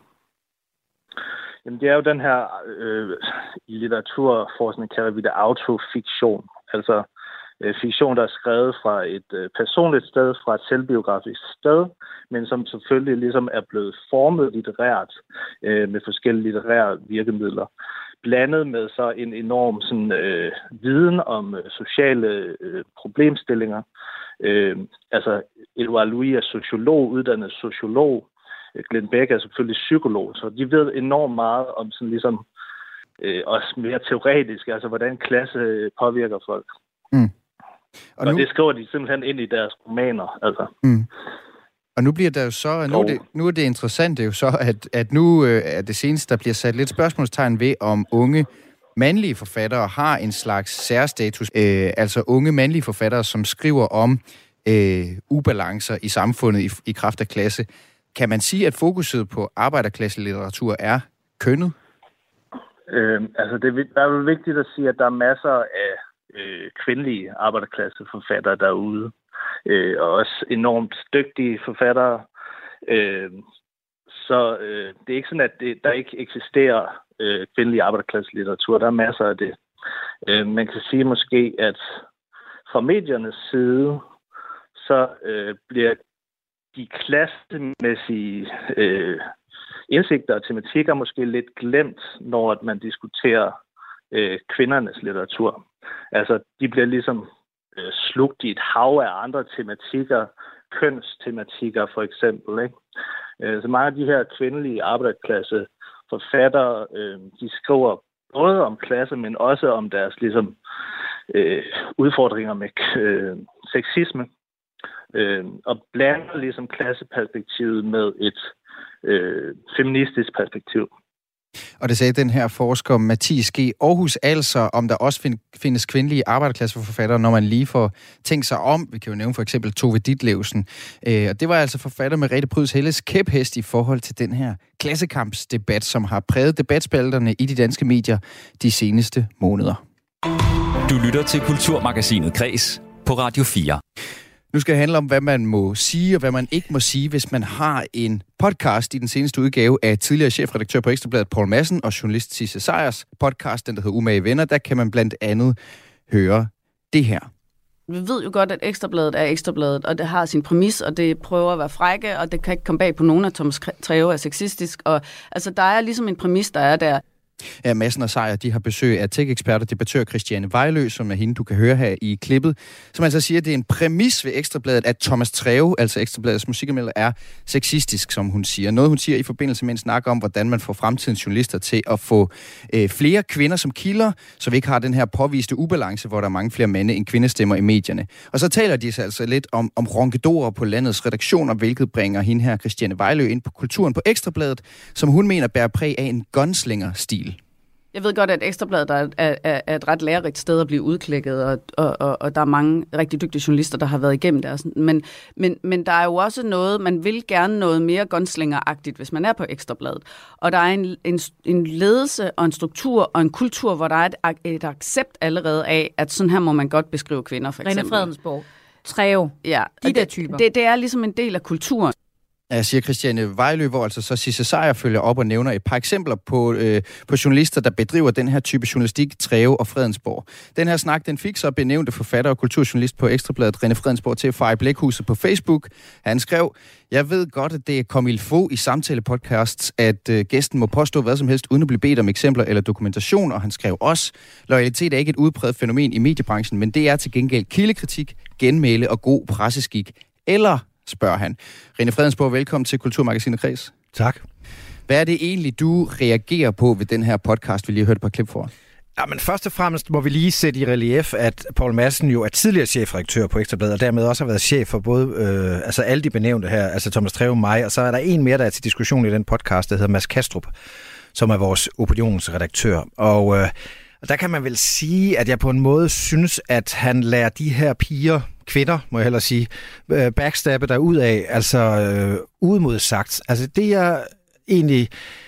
Jamen, det er jo den her, øh, i litteraturforskning kalder vi det autofiktion. Altså øh, fiktion, der er skrevet fra et øh, personligt sted, fra et selvbiografisk sted, men som selvfølgelig ligesom er blevet formet litterært øh, med forskellige litterære virkemidler. blandet med så en enorm sådan, øh, viden om øh, sociale øh, problemstillinger. Øh, altså, Edouard Louis er sociolog, uddannet sociolog. Glenn Beck er selvfølgelig psykolog, så de ved enormt meget om sådan ligesom øh, også mere teoretisk, altså hvordan klasse påvirker folk. Mm. Og, og nu... det skriver de simpelthen ind i deres romaner, altså. Mm. Og nu bliver der jo så, nu er det, nu er det interessante jo så, at, at nu øh, er det seneste, der bliver sat lidt spørgsmålstegn ved, om unge mandlige forfattere har en slags særstatus. Øh, altså unge mandlige forfattere, som skriver om øh, ubalancer i samfundet i, i kraft af klasse. Kan man sige, at fokuset på arbejderklasselitteratur er kønnet? Øh, altså det er jo vigtigt at sige, at der er masser af øh, kvindelige arbejderklasseforfattere derude. Øh, og også enormt dygtige forfattere. Øh, så øh, det er ikke sådan, at det, der ikke eksisterer øh, kvindelig arbejderklasselitteratur. Der er masser af det. Øh, man kan sige måske, at fra mediernes side, så øh, bliver de klassemæssige øh, indsigter og tematikker måske lidt glemt, når man diskuterer øh, kvindernes litteratur. Altså, de bliver ligesom slugt i et hav af andre tematikker, kønstematikker for eksempel. Ikke? Så mange af de her kvindelige arbejderklasse forfattere, de skriver både om klasse, men også om deres ligesom, udfordringer med sexisme, og blander ligesom klasseperspektivet med et feministisk perspektiv. Og det sagde den her forsker Mathias G. Aarhus, altså om der også findes kvindelige arbejderklasseforfattere, når man lige får tænkt sig om. Vi kan jo nævne for eksempel Tove Ditlevsen. Og det var altså forfatter Merete Pryds Helles kæphest i forhold til den her klassekampsdebat, som har præget debatspalterne i de danske medier de seneste måneder. Du lytter til Kulturmagasinet Kres på Radio fire. Nu skal det handle om, hvad man må sige og hvad man ikke må sige, hvis man har en podcast i den seneste udgave af tidligere chefredaktør på Ekstra Bladet Poul Madsen og journalist Sisse Sejers podcast, den der hedder Umage Venner. Der kan man blandt andet høre det her. Vi ved jo godt, at Ekstra Bladet er Ekstra Bladet, og det har sin præmis, og det prøver at være frække, og det kan ikke komme bag på nogen, at Thomas Treve er sexistisk. Og altså, der er ligesom en præmis, der er der. Ja, Madsen og Sejer, de har besøg af tech-ekspert og debattør Christiane Vejlø, som er hende, du kan høre her i klippet, som altså siger, at det er en præmis ved Ekstra Bladet, at Thomas Treve, altså Ekstra Bladets musikanmelder, er sexistisk, som hun siger. Noget, hun siger i forbindelse med en snak om, hvordan man får fremtidens journalister til at få øh, flere kvinder som kilder, så vi ikke har den her påviste ubalance, hvor der er mange flere mænd end kvindestemmer i medierne. Og så taler de altså lidt om, om ronkedorer på landets redaktioner, hvilket bringer hende her, Christiane Vejlø, ind på kulturen på Ekstra Bladet, som hun mener bærer præg af en gunslinger-stil. Jeg ved godt, at Ekstra Bladet er, er, er et ret lærerigt sted at blive udklikket, og, og, og, og der er mange rigtig dygtige journalister, der har været igennem det. Men, men, men der er jo også noget, man vil gerne noget mere gunslingeragtigt, hvis man er på Ekstra Bladet. Og der er en, en, en ledelse og en struktur og en kultur, hvor der er et, et accept allerede af, at sådan her må man godt beskrive kvinder, for eksempel. René Fredensborg, Treve, ja, de der det, typer. Det, det er ligesom en del af kulturen. Jeg siger Christiane Vejlø, hvor altså så Sisse Sejer følger op og nævner et par eksempler på, øh, på journalister, der bedriver den her type journalistik, Treve og Fredensborg. Den her snak, den fik så benævnte forfatter og kulturjournalist på Ekstrabladet, René Fredensborg, til at feje blækhuset på Facebook. Han skrev: Jeg ved godt, at det er comme il faut i samtalepodcasts, at øh, gæsten må påstå hvad som helst, uden at blive bedt om eksempler eller dokumentation, og han skrev også: Loyalitet er ikke et udbredt fænomen i mediebranchen, men det er til gengæld kildekritik, genmæle og god presseskik. Eller spørger han. René Fredensborg, velkommen til Kulturmagasinet Kres. Tak. Hvad er det egentlig, du reagerer på ved den her podcast, vi lige har hørt et par klip for? Ja, men først og fremmest må vi lige sætte i relief, at Poul Madsen jo er tidligere chefredaktør på Ekstra Bladet, og dermed også har været chef for både øh, altså alle de benævnte her, altså Thomas Treve, mig, og så er der en mere, der er til diskussion i den podcast, der hedder Mads Kastrup, som er vores opinionsredaktør. Og øh, der kan man vel sige, at jeg på en måde synes, at han lærer de her piger, kvinder, må jeg hellere sige, backstabbe der ud af, altså øh, uimodsagt. Altså det er egentlig...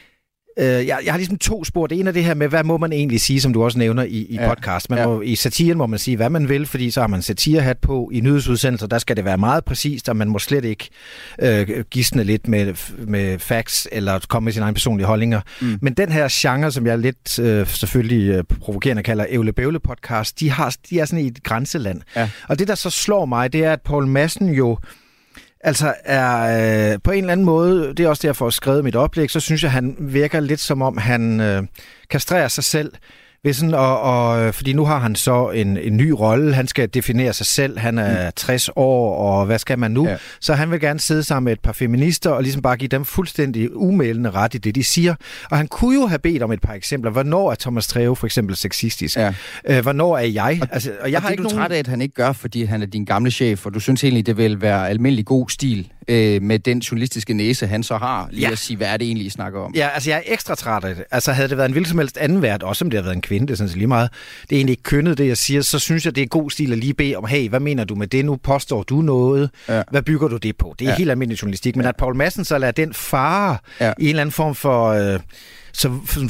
Øh, jeg, jeg har ligesom to spor. Det ene er det her med, hvad må man egentlig sige, som du også nævner i, i ja. podcast. Man ja. må, I satiren må man sige, hvad man vil, fordi så har man satirehat på. I nyhedsudsendelser, der skal det være meget præcist, og man må slet ikke øh, gisne lidt med, med facts, eller komme med sine egne personlige holdninger. Mm. Men den her genre, som jeg lidt øh, selvfølgelig øh, provokerende kalder Ævle-Bævle podcast, de, har, de er sådan i et grænseland. Ja. Og det, der så slår mig, det er, at Poul Madsen jo altså er øh, på en eller anden måde, det er også derfor, jeg har skrevet mit oplæg, så synes jeg, han virker lidt som om, han øh, kastrerer sig selv. Ved sådan, og, og, fordi nu har han så en, en ny rolle, han skal definere sig selv, han er mm. tres år, og hvad skal man nu? Ja. Så han vil gerne sidde sammen med et par feminister, og ligesom bare give dem fuldstændig umælende ret i det, de siger. Og han kunne jo have bedt om et par eksempler. Hvornår er Thomas Treve for eksempel sexistisk? Ja. Øh, hvornår er jeg? Og, altså, og jeg og har det ikke du nogen... træt af, at han ikke gør, fordi han er din gamle chef, og du synes egentlig, det vil være almindelig god stil øh, med den journalistiske næse, han så har, lige ja. at sige, hvad er det egentlig, I snakker om? Ja, altså jeg er ekstra træt af det. Altså havde det været en hvilken som helst anden vært, også om det har været en kvinde, det er sådan set lige meget. Det er egentlig ikke kønnet, det jeg siger. Så synes jeg, det er god stil at lige bede om, hey, hvad mener du med det nu? Påstår du noget? Ja. Hvad bygger du det på? Det er ja. helt almindelig journalistik. Men ja. at Poul Madsen så lader den fare ja. i en eller anden form for... Øh, så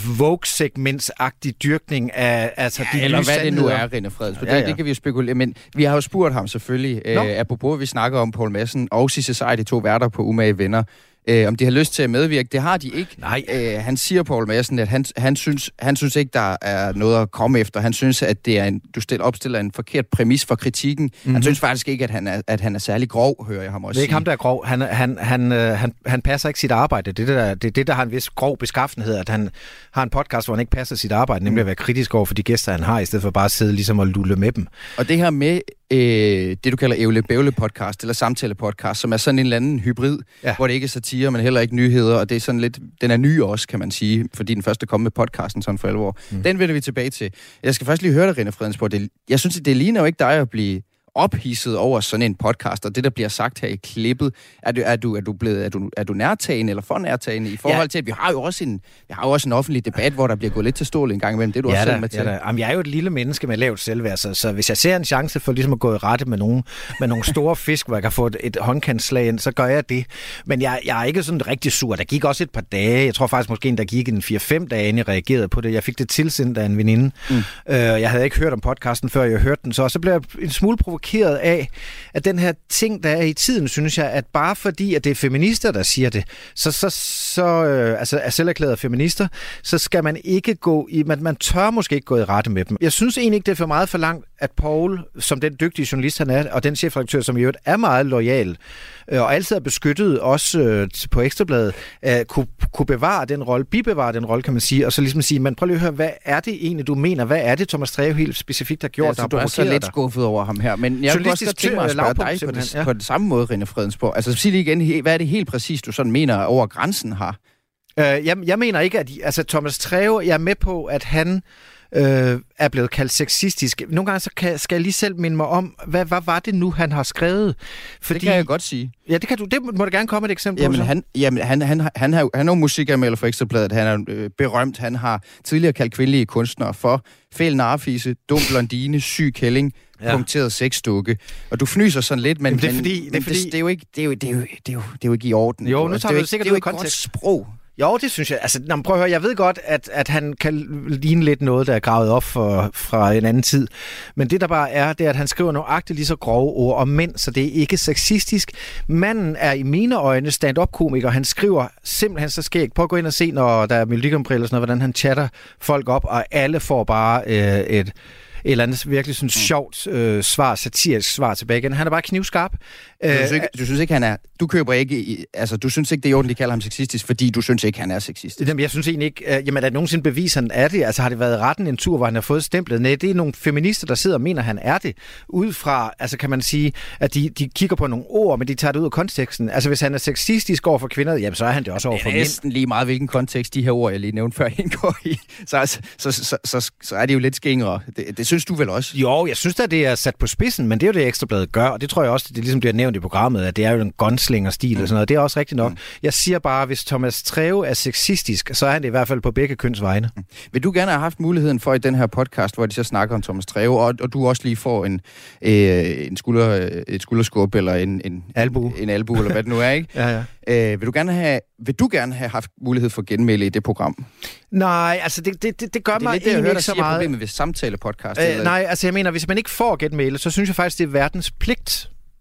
Vogue-segmentsagtig dyrkning af altså ja, de eller nye hvad sandheder. det nu er, René Fredensborg. Ja, ja. Det, det kan vi jo spekulere. Men vi har jo spurgt ham selvfølgelig, øh, apropos vi snakker om Poul Madsen og Sisse Sejer, de to værter på Umage Venner, øh, om de har lyst til at medvirke. Det har de ikke. Nej. Øh, han siger, Poul Madsen, at han, han, synes, han synes ikke, der er noget at komme efter. Han synes, at det er en, du stiller, opstiller en forkert præmis for kritikken. Mm-hmm. Han synes faktisk ikke, at han er, at han er særlig grov, hører jeg ham også sige. Det er ikke ham, der er grov. Han, han, han, øh, han, han passer ikke sit arbejde. Det er det, der, det, det, der har en vis grov beskaffenhed, at han har en podcast, hvor han ikke passer sit arbejde, nemlig at være kritisk over for de gæster, han har, i stedet for bare at sidde ligesom og lulle med dem. Og det her med øh, det, du kalder ævle-bævle-podcast, eller samtale-podcast, som er sådan en eller anden hybrid, ja. hvor det ikke er satire, men heller ikke nyheder, og det er sådan lidt, den er ny også, kan man sige, fordi den første kom med podcasten sådan for alvor. Mm. Den vender vi tilbage til. Jeg skal først lige høre dig, René Fredensborg. Det, jeg synes, det ligner jo ikke dig at blive ophidset over sådan en podcast, og det, der bliver sagt her i klippet, er du, er du, er du, blevet, er du, er du nærtagende eller for nærtagende i forhold ja. til, at vi har jo også en, vi har jo også en offentlig debat, hvor der bliver gået lidt til stål en gang imellem. Det er du ja, også da, selv med til. Ja, Jamen, jeg er jo et lille menneske med lavt selvværd, så, så hvis jeg ser en chance for ligesom at gå i rette med nogle, med nogle store fisk, hvor jeg kan få et, et håndkantslag ind, så gør jeg det. Men jeg, jeg er ikke sådan rigtig sur. Der gik også et par dage. Jeg tror faktisk måske, der gik en fire fem dage, inden jeg reagerede på det. Jeg fik det tilsendt af en veninde. Mm. Øh, jeg havde ikke hørt om podcasten, før jeg hørte den, så, så blev jeg en smule provokeret af, at den her ting, der er i tiden, synes jeg, at bare fordi, at det er feminister, der siger det, så, så, så øh, altså er selverklærede feminister, så skal man ikke gå i, man, man tør måske ikke gå i rette med dem. Jeg synes egentlig ikke, det er for meget for langt, at Poul, som den dygtige journalist han er, og den chefredaktør, som i øvrigt er meget loyal, øh, og altid er beskyttet, også øh, på Ekstrabladet, øh, kunne, kunne bevare den rolle, bibevare den rolle, kan man sige, og så ligesom sige, man prøv lige at høre, hvad er det egentlig, du mener? Hvad er det, Thomas Treve helt specifikt har gjort, altså, der har du er så lidt skuffet over ham her, men jeg kunne også godt tænke mig at spørge dig på, det, ja. på den samme måde, René Fredensborg. Altså, sig lige igen, hvad er det helt præcis, du sådan mener over grænsen har? Øh, jeg, jeg mener ikke, at altså, Thomas Treve, jeg er med på, at han øh, er blevet kaldt sexistisk. Nogle gange så kan, skal jeg lige selv minde mig om, hvad, hvad var det nu, han har skrevet? Fordi, det kan jeg godt sige. Ja, det kan du. Det må du gerne komme et eksempel jamen, på. Han, jamen, han, han, han, han, han er jo musikanmelder for Ekstrabladet. Han er øh, berømt. Han har tidligere kaldt kvindelige kunstnere for fæl narfise, dum blondine, syg kælling, ja. punkteret sexdukke. Og du fnyser sådan lidt, men, jamen, det, er men, fordi, men det, er fordi... det, det, er jo ikke, det, er jo, det, er jo, det, er jo, det er jo ikke i orden. Jo, nu altså, tager det vi det sikkert ud af kontekst. Det er jo ikke godt sprog. Jo, det synes jeg. Altså, nå, prøv at høre, jeg ved godt, at, at han kan ligne lidt noget, der er gravet op for, fra en anden tid. Men det, der bare er, det er, at han skriver nøjagtigt lige så grove ord om mænd, så det er ikke sexistisk. Manden er i mine øjne stand-up-komiker. Han skriver simpelthen så skægt. Prøv at gå ind og se, når der er Melodi Grand Prix eller sådan noget, hvordan han chatter folk op, og alle får bare øh, et... et eller andet virkelig sådan sjovt øh, svar, satirisk svar tilbage igen. Han er bare knivskarp. Du synes ikke, du synes ikke han er... Du køber ikke... I, altså, du synes ikke, det er i orden, de kalder ham sexistisk, fordi du synes ikke, han er sexistisk. Jamen, jeg synes egentlig ikke... Øh, jamen, er der nogensinde bevis, han er det? Altså, har det været retten en tur, hvor han har fået stemplet? Nej, det er nogle feminister, der sidder og mener, han er det. Ud fra, altså kan man sige, at de, de kigger på nogle ord, men de tager det ud af konteksten. Altså, hvis han er sexistisk over for kvinder, jamen, så er han det også over for mænd. Det er næsten lige meget, hvilken kontekst de her ord, jeg lige nævnte før, indgår i. Så, altså, så, så, så, så, så er det jo lidt skængere. Det, det synes du vel også? Jo, jeg synes at det er sat på spidsen, men det er jo det, Ekstrabladet gør, og det tror jeg også, det ligesom bliver nævnt i programmet, at det er jo en gunslinger-stil mm. og sådan noget. Det er også rigtigt nok. Mm. Jeg siger bare, hvis Thomas Treve er sexistisk, så er han det i hvert fald på begge køns vegne. Mm. Vil du gerne have haft muligheden for i den her podcast, hvor de så snakker om Thomas Treve, og, og du også lige får en, øh, en skulder, et skulderskub eller en, en albu, en albu eller hvad det nu er, ikke? ja, ja. Øh, vil, du gerne have, vil du gerne have haft mulighed for genmæle i det program? Nej, altså det, det, det, det gør det mig lidt, egentlig ikke så meget. Problemet ved samtale-podcast. Øh, nej, altså jeg mener, hvis man ikke får genmæle, så synes jeg faktisk, det er verdens pligt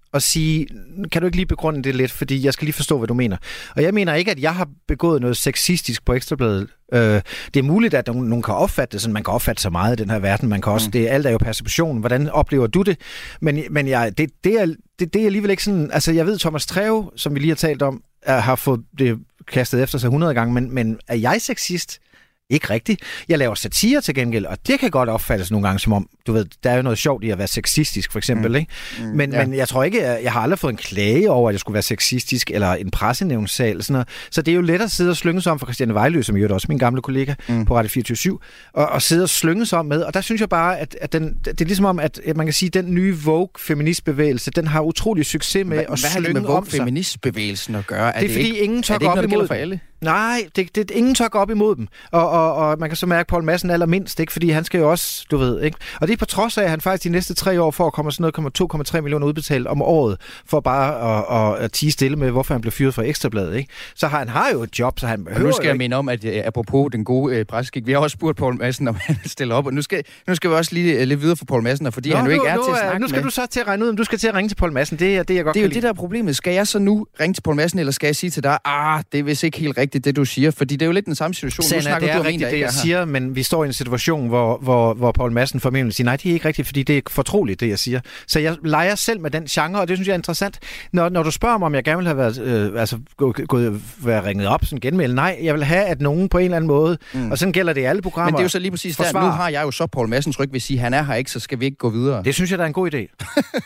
og sige, kan du ikke lige begrunde det lidt, fordi jeg skal lige forstå, hvad du mener. Og jeg mener ikke, at jeg har begået noget sexistisk på Ekstrabladet. Øh, det er muligt, at nogen, nogen kan opfatte det sådan, man kan opfatte så meget i den her verden, man kan også, mm. det alt er jo perception. Hvordan oplever du det? Men, men jeg, det, det, er, det, det er alligevel ikke sådan, altså jeg ved, Thomas Treve, som vi lige har talt om, er, har fået det kastet efter sig hundrede gange, men, men er jeg sexist? Ikke rigtigt. Jeg laver satire til gengæld, og det kan godt opfattes nogle gange som om, du ved, der er jo noget sjovt i at være sexistisk, for eksempel, mm. ikke? Men, mm, ja. men jeg tror ikke, jeg har aldrig fået en klage over, at jeg skulle være sexistisk, eller en pressenævnssal, eller sådan noget. Så det er jo let at sidde og slynge sig om for Christiane Vejlø, som jo er også min gamle kollega mm. på Radio fireogtyve syv, og, og sidde og slynge sig om med, og der synes jeg bare, at, at den, det er ligesom om, at man kan sige, at den nye Vogue-feministbevægelse, den har utrolig succes med Hva, at slynge om sig. Hvad har det med Vogue-feministbevægelsen at gøre? Er det er det fordi, ikke, ingen tør gå op imod for alle? Nej, det, det, ingen tør gå op imod dem. Og, og, og man kan så mærke Poul Madsen allermindst, ikke? Fordi han skal jo også, du ved, ikke? Og det er på trods af, at han faktisk de næste tre år får at komme sådan noget to komma tre millioner udbetalt om året, for bare at, at, at tie stille med, hvorfor han blev fyret fra Ekstrabladet, ikke? Så han har jo et job, så han behøver. Og nu skal jeg minde om, at apropos den gode øh, presseskik, vi har også spurgt Poul Madsen, om han stiller op, og nu skal, nu skal vi også lige lidt videre for Poul Madsen, fordi Nå, han jo ikke nu, er nu, til at snakke Nu skal med. Du så til at regne ud, om du skal til at ringe til Poul Madsen. Det er det, jeg godt Det er jo lide. det, der er problemet. Skal jeg så nu ringe til Poul Madsen, eller skal jeg sige til dig, ah, det er vist ikke helt rigtigt, det du siger, fordi det er jo lidt den samme situation. Sand, nu snakker det er du om rigtigt, en, det jeg siger, men vi står i en situation, hvor, hvor, hvor Poul Madsen formentlig siger, nej, det er ikke rigtigt, fordi det er fortroligt, det jeg siger. Så jeg leger selv med den genre, og det synes jeg er interessant. Når, når du spørger mig, om jeg gerne vil have været, øh, altså, gået, gået, været ringet op, sådan genmelde, nej, jeg vil have, at nogen på en eller anden måde, mm. og sådan gælder det i alle programmer. Men det er jo så lige præcis der, nu har jeg jo så Poul Madsens ryg, hvis sige, han er her ikke, så skal vi ikke gå videre. Det synes jeg, der er en god idé.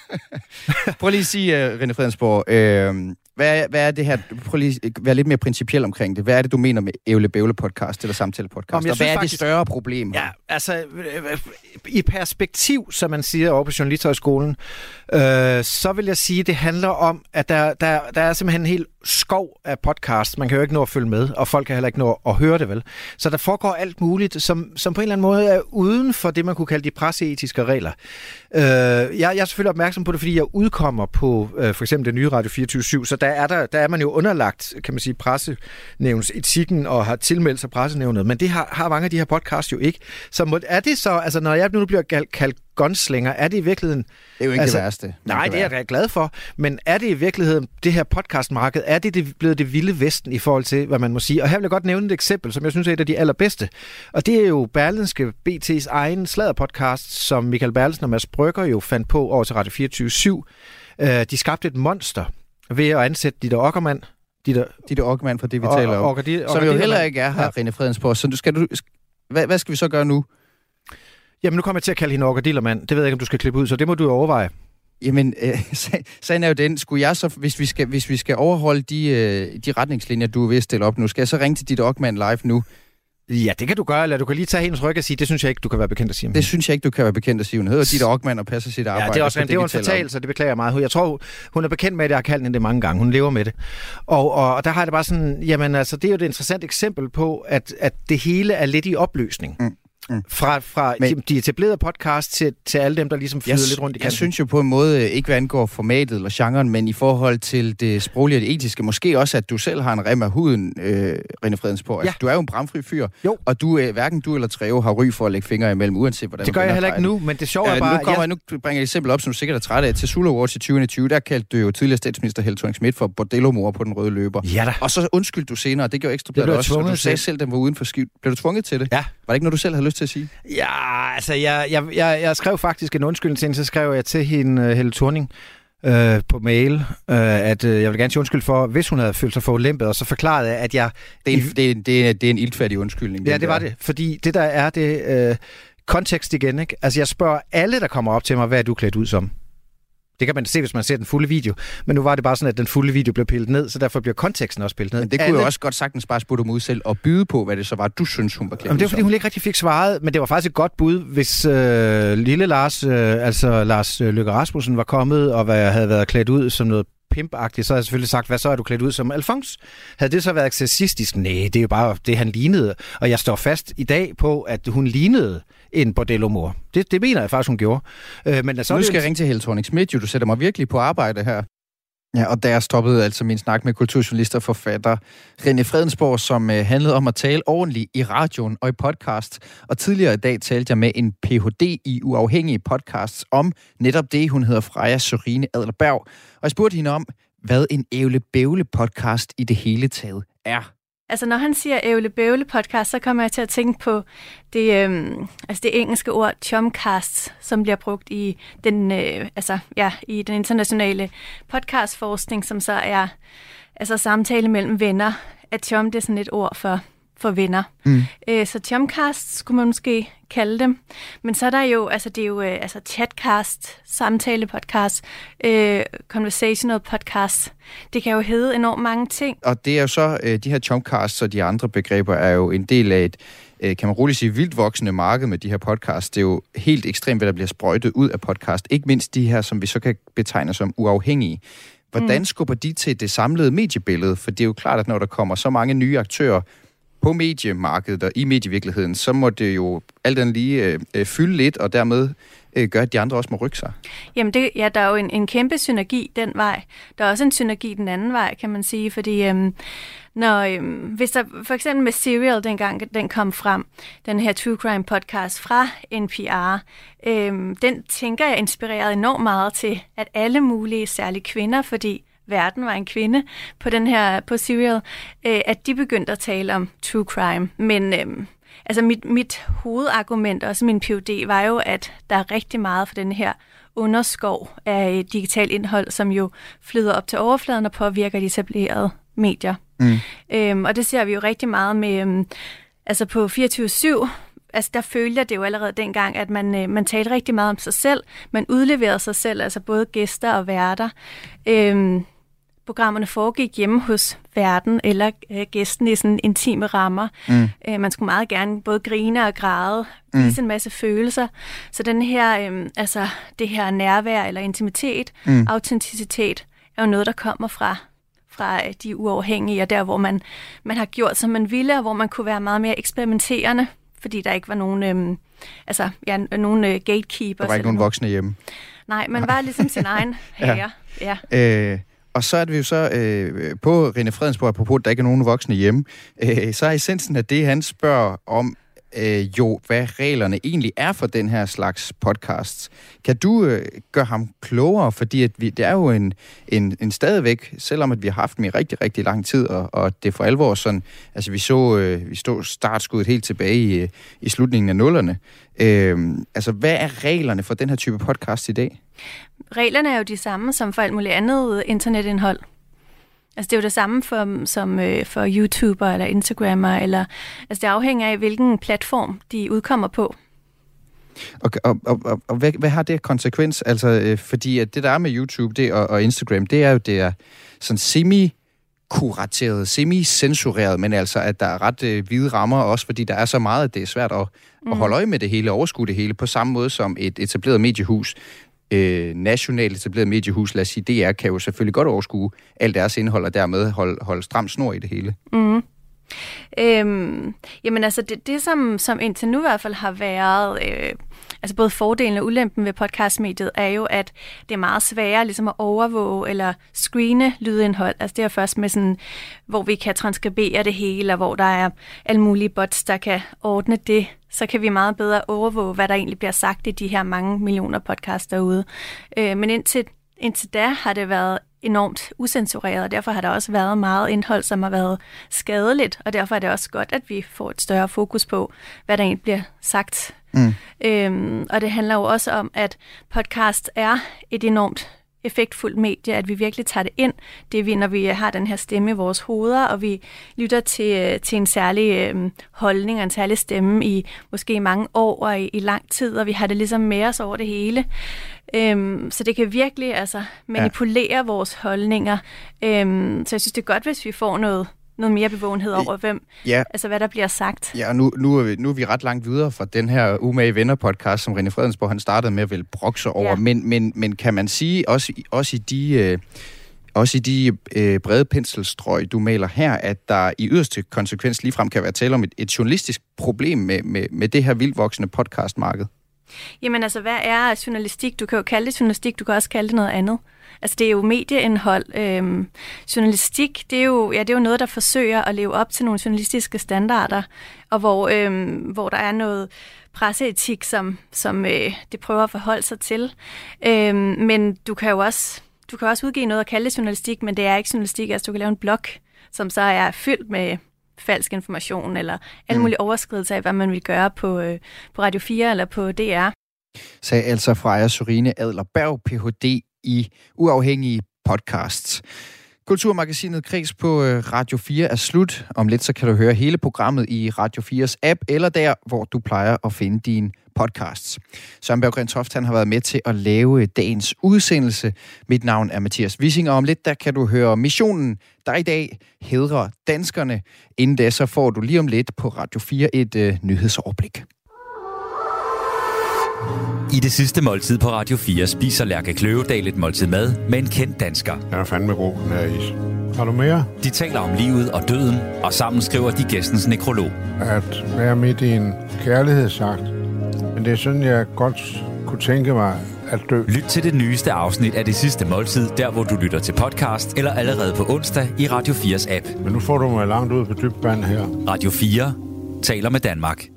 Prøv lige at sige, uh, René Fredensborg, øh, Hvad er, hvad er det her? Prøv lige at være lidt mere principiel omkring det. Hvad er det, du mener med Ævle Bævle podcast eller samtale podcast? Og hvad er faktisk, det større problem? Ja, altså i perspektiv, som man siger over på Journalisthøjskolen, øh, så vil jeg sige, at det handler om, at der, der, der er simpelthen en hel skov af podcast. Man kan jo ikke nå at følge med, og folk kan heller ikke nå at høre det, vel? Så der foregår alt muligt, som, som på en eller anden måde er uden for det, man kunne kalde de presseetiske regler. Øh, jeg, jeg er selvfølgelig opmærksom på det, fordi jeg udkommer på øh, for eksempel det nye Radio fireogtyve syv, så der er, der, der er man jo underlagt, kan man sige, pressenævnsetikken og har tilmeldt sig pressenævnet, men det har, har mange af de her podcasts jo ikke. Så må, er det så, altså når jeg nu bliver kaldt gunslinger, er det i virkeligheden... Det er jo ikke altså, det værste. Nej, det er jeg glad for, men er det i virkeligheden, det her podcastmarked, er det, det blevet det vilde vesten i forhold til, hvad man må sige? Og her vil jeg godt nævne et eksempel, som jeg synes er et af de allerbedste, og det er jo Berlingske B T's egen sladderpodcast, som Michael Berlsen og Mads Brygger jo fandt på over til Radio fireogtyve syv. De skabte et monster ved at ansætte Ditte Okkermann. Ditte, Ditte Okkermann fra det, vi og, taler om. Og, og, og, som jo heller ikke er her, ja. René Fredensborg. Så du skal, du, hvad, hvad skal vi så gøre nu? Jamen, nu kommer jeg til at kalde hende Okkedillermand. Det ved jeg ikke, om du skal klippe ud, så det må du overveje. Jamen, øh, sagen er jo den, skulle jeg så, hvis vi skal, hvis vi skal overholde de, øh, de retningslinjer, du er ved at stille op nu, skal jeg så ringe til Ditte Okkermann live nu? Ja, det kan du gøre, eller du kan lige tage hendes ryg og sige, det synes jeg ikke, du kan være bekendt at sige. Det synes jeg ikke, du kan være bekendt at sige. Hun hedder Ditte Okkermann og passer sit arbejde. Ja, det er også det, det er en fortalelse, det beklager jeg meget. Jeg tror, hun er bekendt med det, jeg har kaldt hende det mange gange. Hun lever med det. Og, og, og der har jeg det bare sådan, jamen altså, det er jo et interessant eksempel på, at, at det hele er lidt i opløsning. Mm. Mm. Fra, fra men, de etablerede podcast til, til alle dem, der ligesom flyder lidt rundt i kanten. Jeg synes jo på en måde, ikke hvad angår formatet eller genren, men i forhold til det sproglige og det etiske, måske også, at du selv har en rem af huden, øh, René Fredensborg. Altså, ja. Du er jo en bramfri fyr, jo. Og du, øh, hverken du eller Treve har ry for at lægge fingre imellem, uanset hvordan. Det gør jeg heller ikke nu, men det sjove er øh, bare... Nu, kommer, jeg... nu bringer jeg et eksempel op, som du sikkert er træt af. Til Zulu Awards i tyve tyve, der kaldte du jo tidligere statsminister Helle Thorning-Schmidt for bordello-mor på den røde løber. Ja da. Og så undskyld du senere, det gjorde Ekstrabladet også, og du sagde selv, den var uden for skiv. Blev du tvunget til det? Ja. Var det ikke noget, du selv havde lyst til at sige? Ja, altså, jeg, jeg, jeg, jeg skrev faktisk en undskyldning til hende, så skrev jeg til hende, Helle Thorning, øh, på mail, øh, at øh, jeg vil gerne sige undskyld for, hvis hun havde følt sig forulempet, og så forklarede jeg, at jeg... Det er en, det er, det er, det er en iltfærdig undskyldning. Ja, det der. Var det, fordi det der er det... Øh, kontekst igen, ikke? Altså, jeg spørger alle, der kommer op til mig, hvad er du klædt ud som? Det kan man se, hvis man ser den fulde video. Men nu var det bare sådan, at den fulde video blev pillet ned, så derfor bliver konteksten også pillet ned. Men det kunne Alle... jo også godt sagtens bare spurgte mod selv og byde på, hvad det så var, du synes, hun var klædt ud. Det var, fordi hun ikke rigtig fik svaret, men det var faktisk et godt bud, hvis øh, lille Lars, øh, altså Lars Løkke Rasmussen, var kommet og hvad, havde været klædt ud som noget pimpagtigt, så havde jeg selvfølgelig sagt, hvad så er du klædt ud som Alfons? Havde det så været sexistisk? Nej, det er jo bare det, han lignede. Og jeg står fast i dag på, at hun lignede en bordello-mor. Det, det mener jeg faktisk, hun gjorde. Øh, men så nu skal jeg ringe til Helle Thorning-Schmidt, du sætter mig virkelig på arbejde her. Ja, og der stoppede altså min snak med kulturjournalist og forfatter René Fredensborg, som øh, handlede om at tale ordentligt i radioen og i podcast. Og tidligere i dag talte jeg med en P H D i uafhængige podcasts om netop det. Hun hedder Freja Sørine Adlerberg. Og jeg spurgte hende om, hvad en ævle-bævle-podcast i det hele taget er. Altså, når han siger ævle-bævle-podcast, så kommer jeg til at tænke på det, øhm, altså det engelske ord chumcast, som bliver brugt i den, øh, altså, ja, i den internationale podcastforskning, som så er altså, samtale mellem venner. At chum, det er sådan et ord for, for venner. Mm. Øh, så chumcast skulle man måske kalde dem. Men så er der jo, altså det er jo øh, altså chatcast, samtale-podcast, øh, conversational podcast. Det kan jo hedde enormt mange ting. Og det er jo så, øh, de her chumcasts og de andre begreber er jo en del af et, øh, kan man roligt sige, vildt voksende marked med de her podcasts. Det er jo helt ekstremt, hvad der bliver sprøjtet ud af podcast. Ikke mindst de her, som vi så kan betegne som uafhængige. Hvordan mm. skubber de til det samlede mediebillede? For det er jo klart, at når der kommer så mange nye aktører på mediemarkedet og i medievirkeligheden, så må det jo alt andet lige øh, fylde lidt, og dermed øh, gøre, at de andre også må rykke sig. Jamen, det, ja, der er jo en, en kæmpe synergi den vej. Der er også en synergi den anden vej, kan man sige, fordi øhm, når, øhm, hvis der for eksempel med Serial, dengang den kom frem, den her True Crime podcast fra N P R, øhm, den tænker jeg inspirerede enormt meget til, at alle mulige, særligt kvinder, fordi verden var en kvinde på den her på Serial, øh, at de begyndte at tale om true crime. Men øh, altså mit, mit hovedargument, også min P H D, var jo, at der er rigtig meget for den her underskov af digital indhold, som jo flyder op til overfladen og påvirker de etablerede medier. Mm. Øhm, og det ser vi jo rigtig meget med, øhm, altså på fireogtyve syv, altså der følger det jo allerede dengang, at man, øh, man talte rigtig meget om sig selv, man udleverede sig selv, altså både gæster og værter. Øhm, Programmerne foregik hjemme hos værten eller øh, gæsten i sådan intime rammer. Mm. Øh, man skulle meget gerne både grine og græde, vise mm. en masse følelser. Så den her, øh, altså det her nærvær eller intimitet, mm. autenticitet, er jo noget, der kommer fra, fra øh, de uafhængige, og der, hvor man, man har gjort, som man ville, og hvor man kunne være meget mere eksperimenterende, fordi der ikke var nogen, øh, altså, ja, nogen øh, gatekeepers. Der var ikke nogen voksne hjemme. Nej, man var ligesom sin egen herre. Ja. ja. Øh. Og så er det vi jo så øh, på René Fredensborg, apropos, at der ikke er nogen voksne hjemme, øh, så er essensen af det, han spørger om, øh, jo, hvad reglerne egentlig er for den her slags podcast. Kan du øh, gøre ham klogere? Fordi at vi, det er jo en, en, en stadigvæk, selvom at vi har haft dem i rigtig, rigtig lang tid, og, og det er for alvor sådan, altså vi så, øh, vi stod startskuddet helt tilbage i, i slutningen af nullerne. Øh, altså, hvad er reglerne for den her type podcast i dag? Reglerne er jo de samme som for alt muligt andet internetindhold. Altså det er jo det samme for, som øh, for YouTuber eller Instagrammer, eller, altså det afhænger af, hvilken platform de udkommer på. Og, og, og, og, og hvad, hvad har det konsekvens? Altså, øh, fordi at det der er med YouTube det, og, og Instagram, det er jo det er sådan semi kurateret, semi-censureret, men altså, at der er ret øh, hvide rammer, også fordi der er så meget, at det er svært at, mm. at holde øje med det hele, overskue det hele, på samme måde som et etableret mediehus, øh, nationalt etableret mediehus, lad os sige, D R, kan jo selvfølgelig godt overskue alt deres indhold, og dermed holde, holde stram snor i det hele. Mm. Øhm, jamen altså, det, det som, som indtil nu i hvert fald har været, øh, altså både fordelen og ulempen ved podcastmediet, er jo, at det er meget sværere ligesom at overvåge eller screene lydindhold. Altså det er først med sådan, hvor vi kan transkribere det hele, og hvor der er alle mulige bots, der kan ordne det. Så kan vi meget bedre overvåge, hvad der egentlig bliver sagt i de her mange millioner podcasts derude. Øh, men indtil, indtil da har det været enormt usensureret, og derfor har der også været meget indhold, som har været skadeligt, og derfor er det også godt, at vi får et større fokus på, hvad der egentlig bliver sagt. Mm. Øhm, og det handler jo også om, at podcast er et enormt effektfuldt medie, at vi virkelig tager det ind, det er vi, når vi har den her stemme i vores hoveder, og vi lytter til, til en særlig øh, holdning og en særlig stemme i måske mange år og i, i lang tid, og vi har det ligesom med os over det hele. Øhm, så det kan virkelig altså manipulere ja. vores holdninger. Øhm, så jeg synes, det er godt, hvis vi får noget noget mere bevågenhed over, hvem, ja. altså hvad der bliver sagt. Ja, og nu, nu, er vi, nu er vi ret langt videre fra den her Umage Venner-podcast, som René Fredensborg han startede med at vel brokse over. Ja. Men, men, men kan man sige, også, også i de, øh, også i de øh, brede penselstrøg, du maler her, at der i yderste konsekvens ligefrem kan være tale om et, et journalistisk problem med, med, med det her vildvoksende podcastmarked? Jamen altså, hvad er journalistik? Du kan jo kalde det journalistik, du kan også kalde det noget andet. Altså, det er jo medieindhold. Øhm, journalistik, det er, jo, ja, det er jo noget, der forsøger at leve op til nogle journalistiske standarder, og hvor, øhm, hvor der er noget presseetik, som, som øh, det prøver at forholde sig til. Øhm, men du kan jo også, du kan også udgive noget og kalde det journalistik, men det er ikke journalistik. Altså, du kan lave en blog, som så er fyldt med falsk information, eller alle mulige overskridelser af, hvad man vil gøre på, øh, på Radio fire eller på D R. Sagde altså Freja Sørine Adler-Berg, P H D i uafhængige podcasts. Kulturmagasinet Kreds på Radio fire er slut. Om lidt så kan du høre hele programmet i Radio fires app, eller der, hvor du plejer at finde dine podcasts. Søren Berggren Toft, han har været med til at lave dagens udsendelse. Mit navn er Mathias Wissing, og om lidt der kan du høre missionen, der i dag hedrer danskerne. Inden da så får du lige om lidt på Radio fire et øh, nyhedsoverblik. I det sidste måltid på Radio fire spiser Lærke Kløvedal et måltid mad med en kendt dansker. Jeg er fandme god, den her is. Har du mere? De taler om livet og døden, og sammen skriver de gæstens nekrolog. At være midt i en kærlighedsakt. Men det er sådan, jeg godt kunne tænke mig at dø. Lyt til det nyeste afsnit af Det Sidste Måltid, der hvor du lytter til podcast, eller allerede på onsdag i Radio fires app. Men nu får du mig langt ud på dybt vand her. Radio fire taler med Danmark.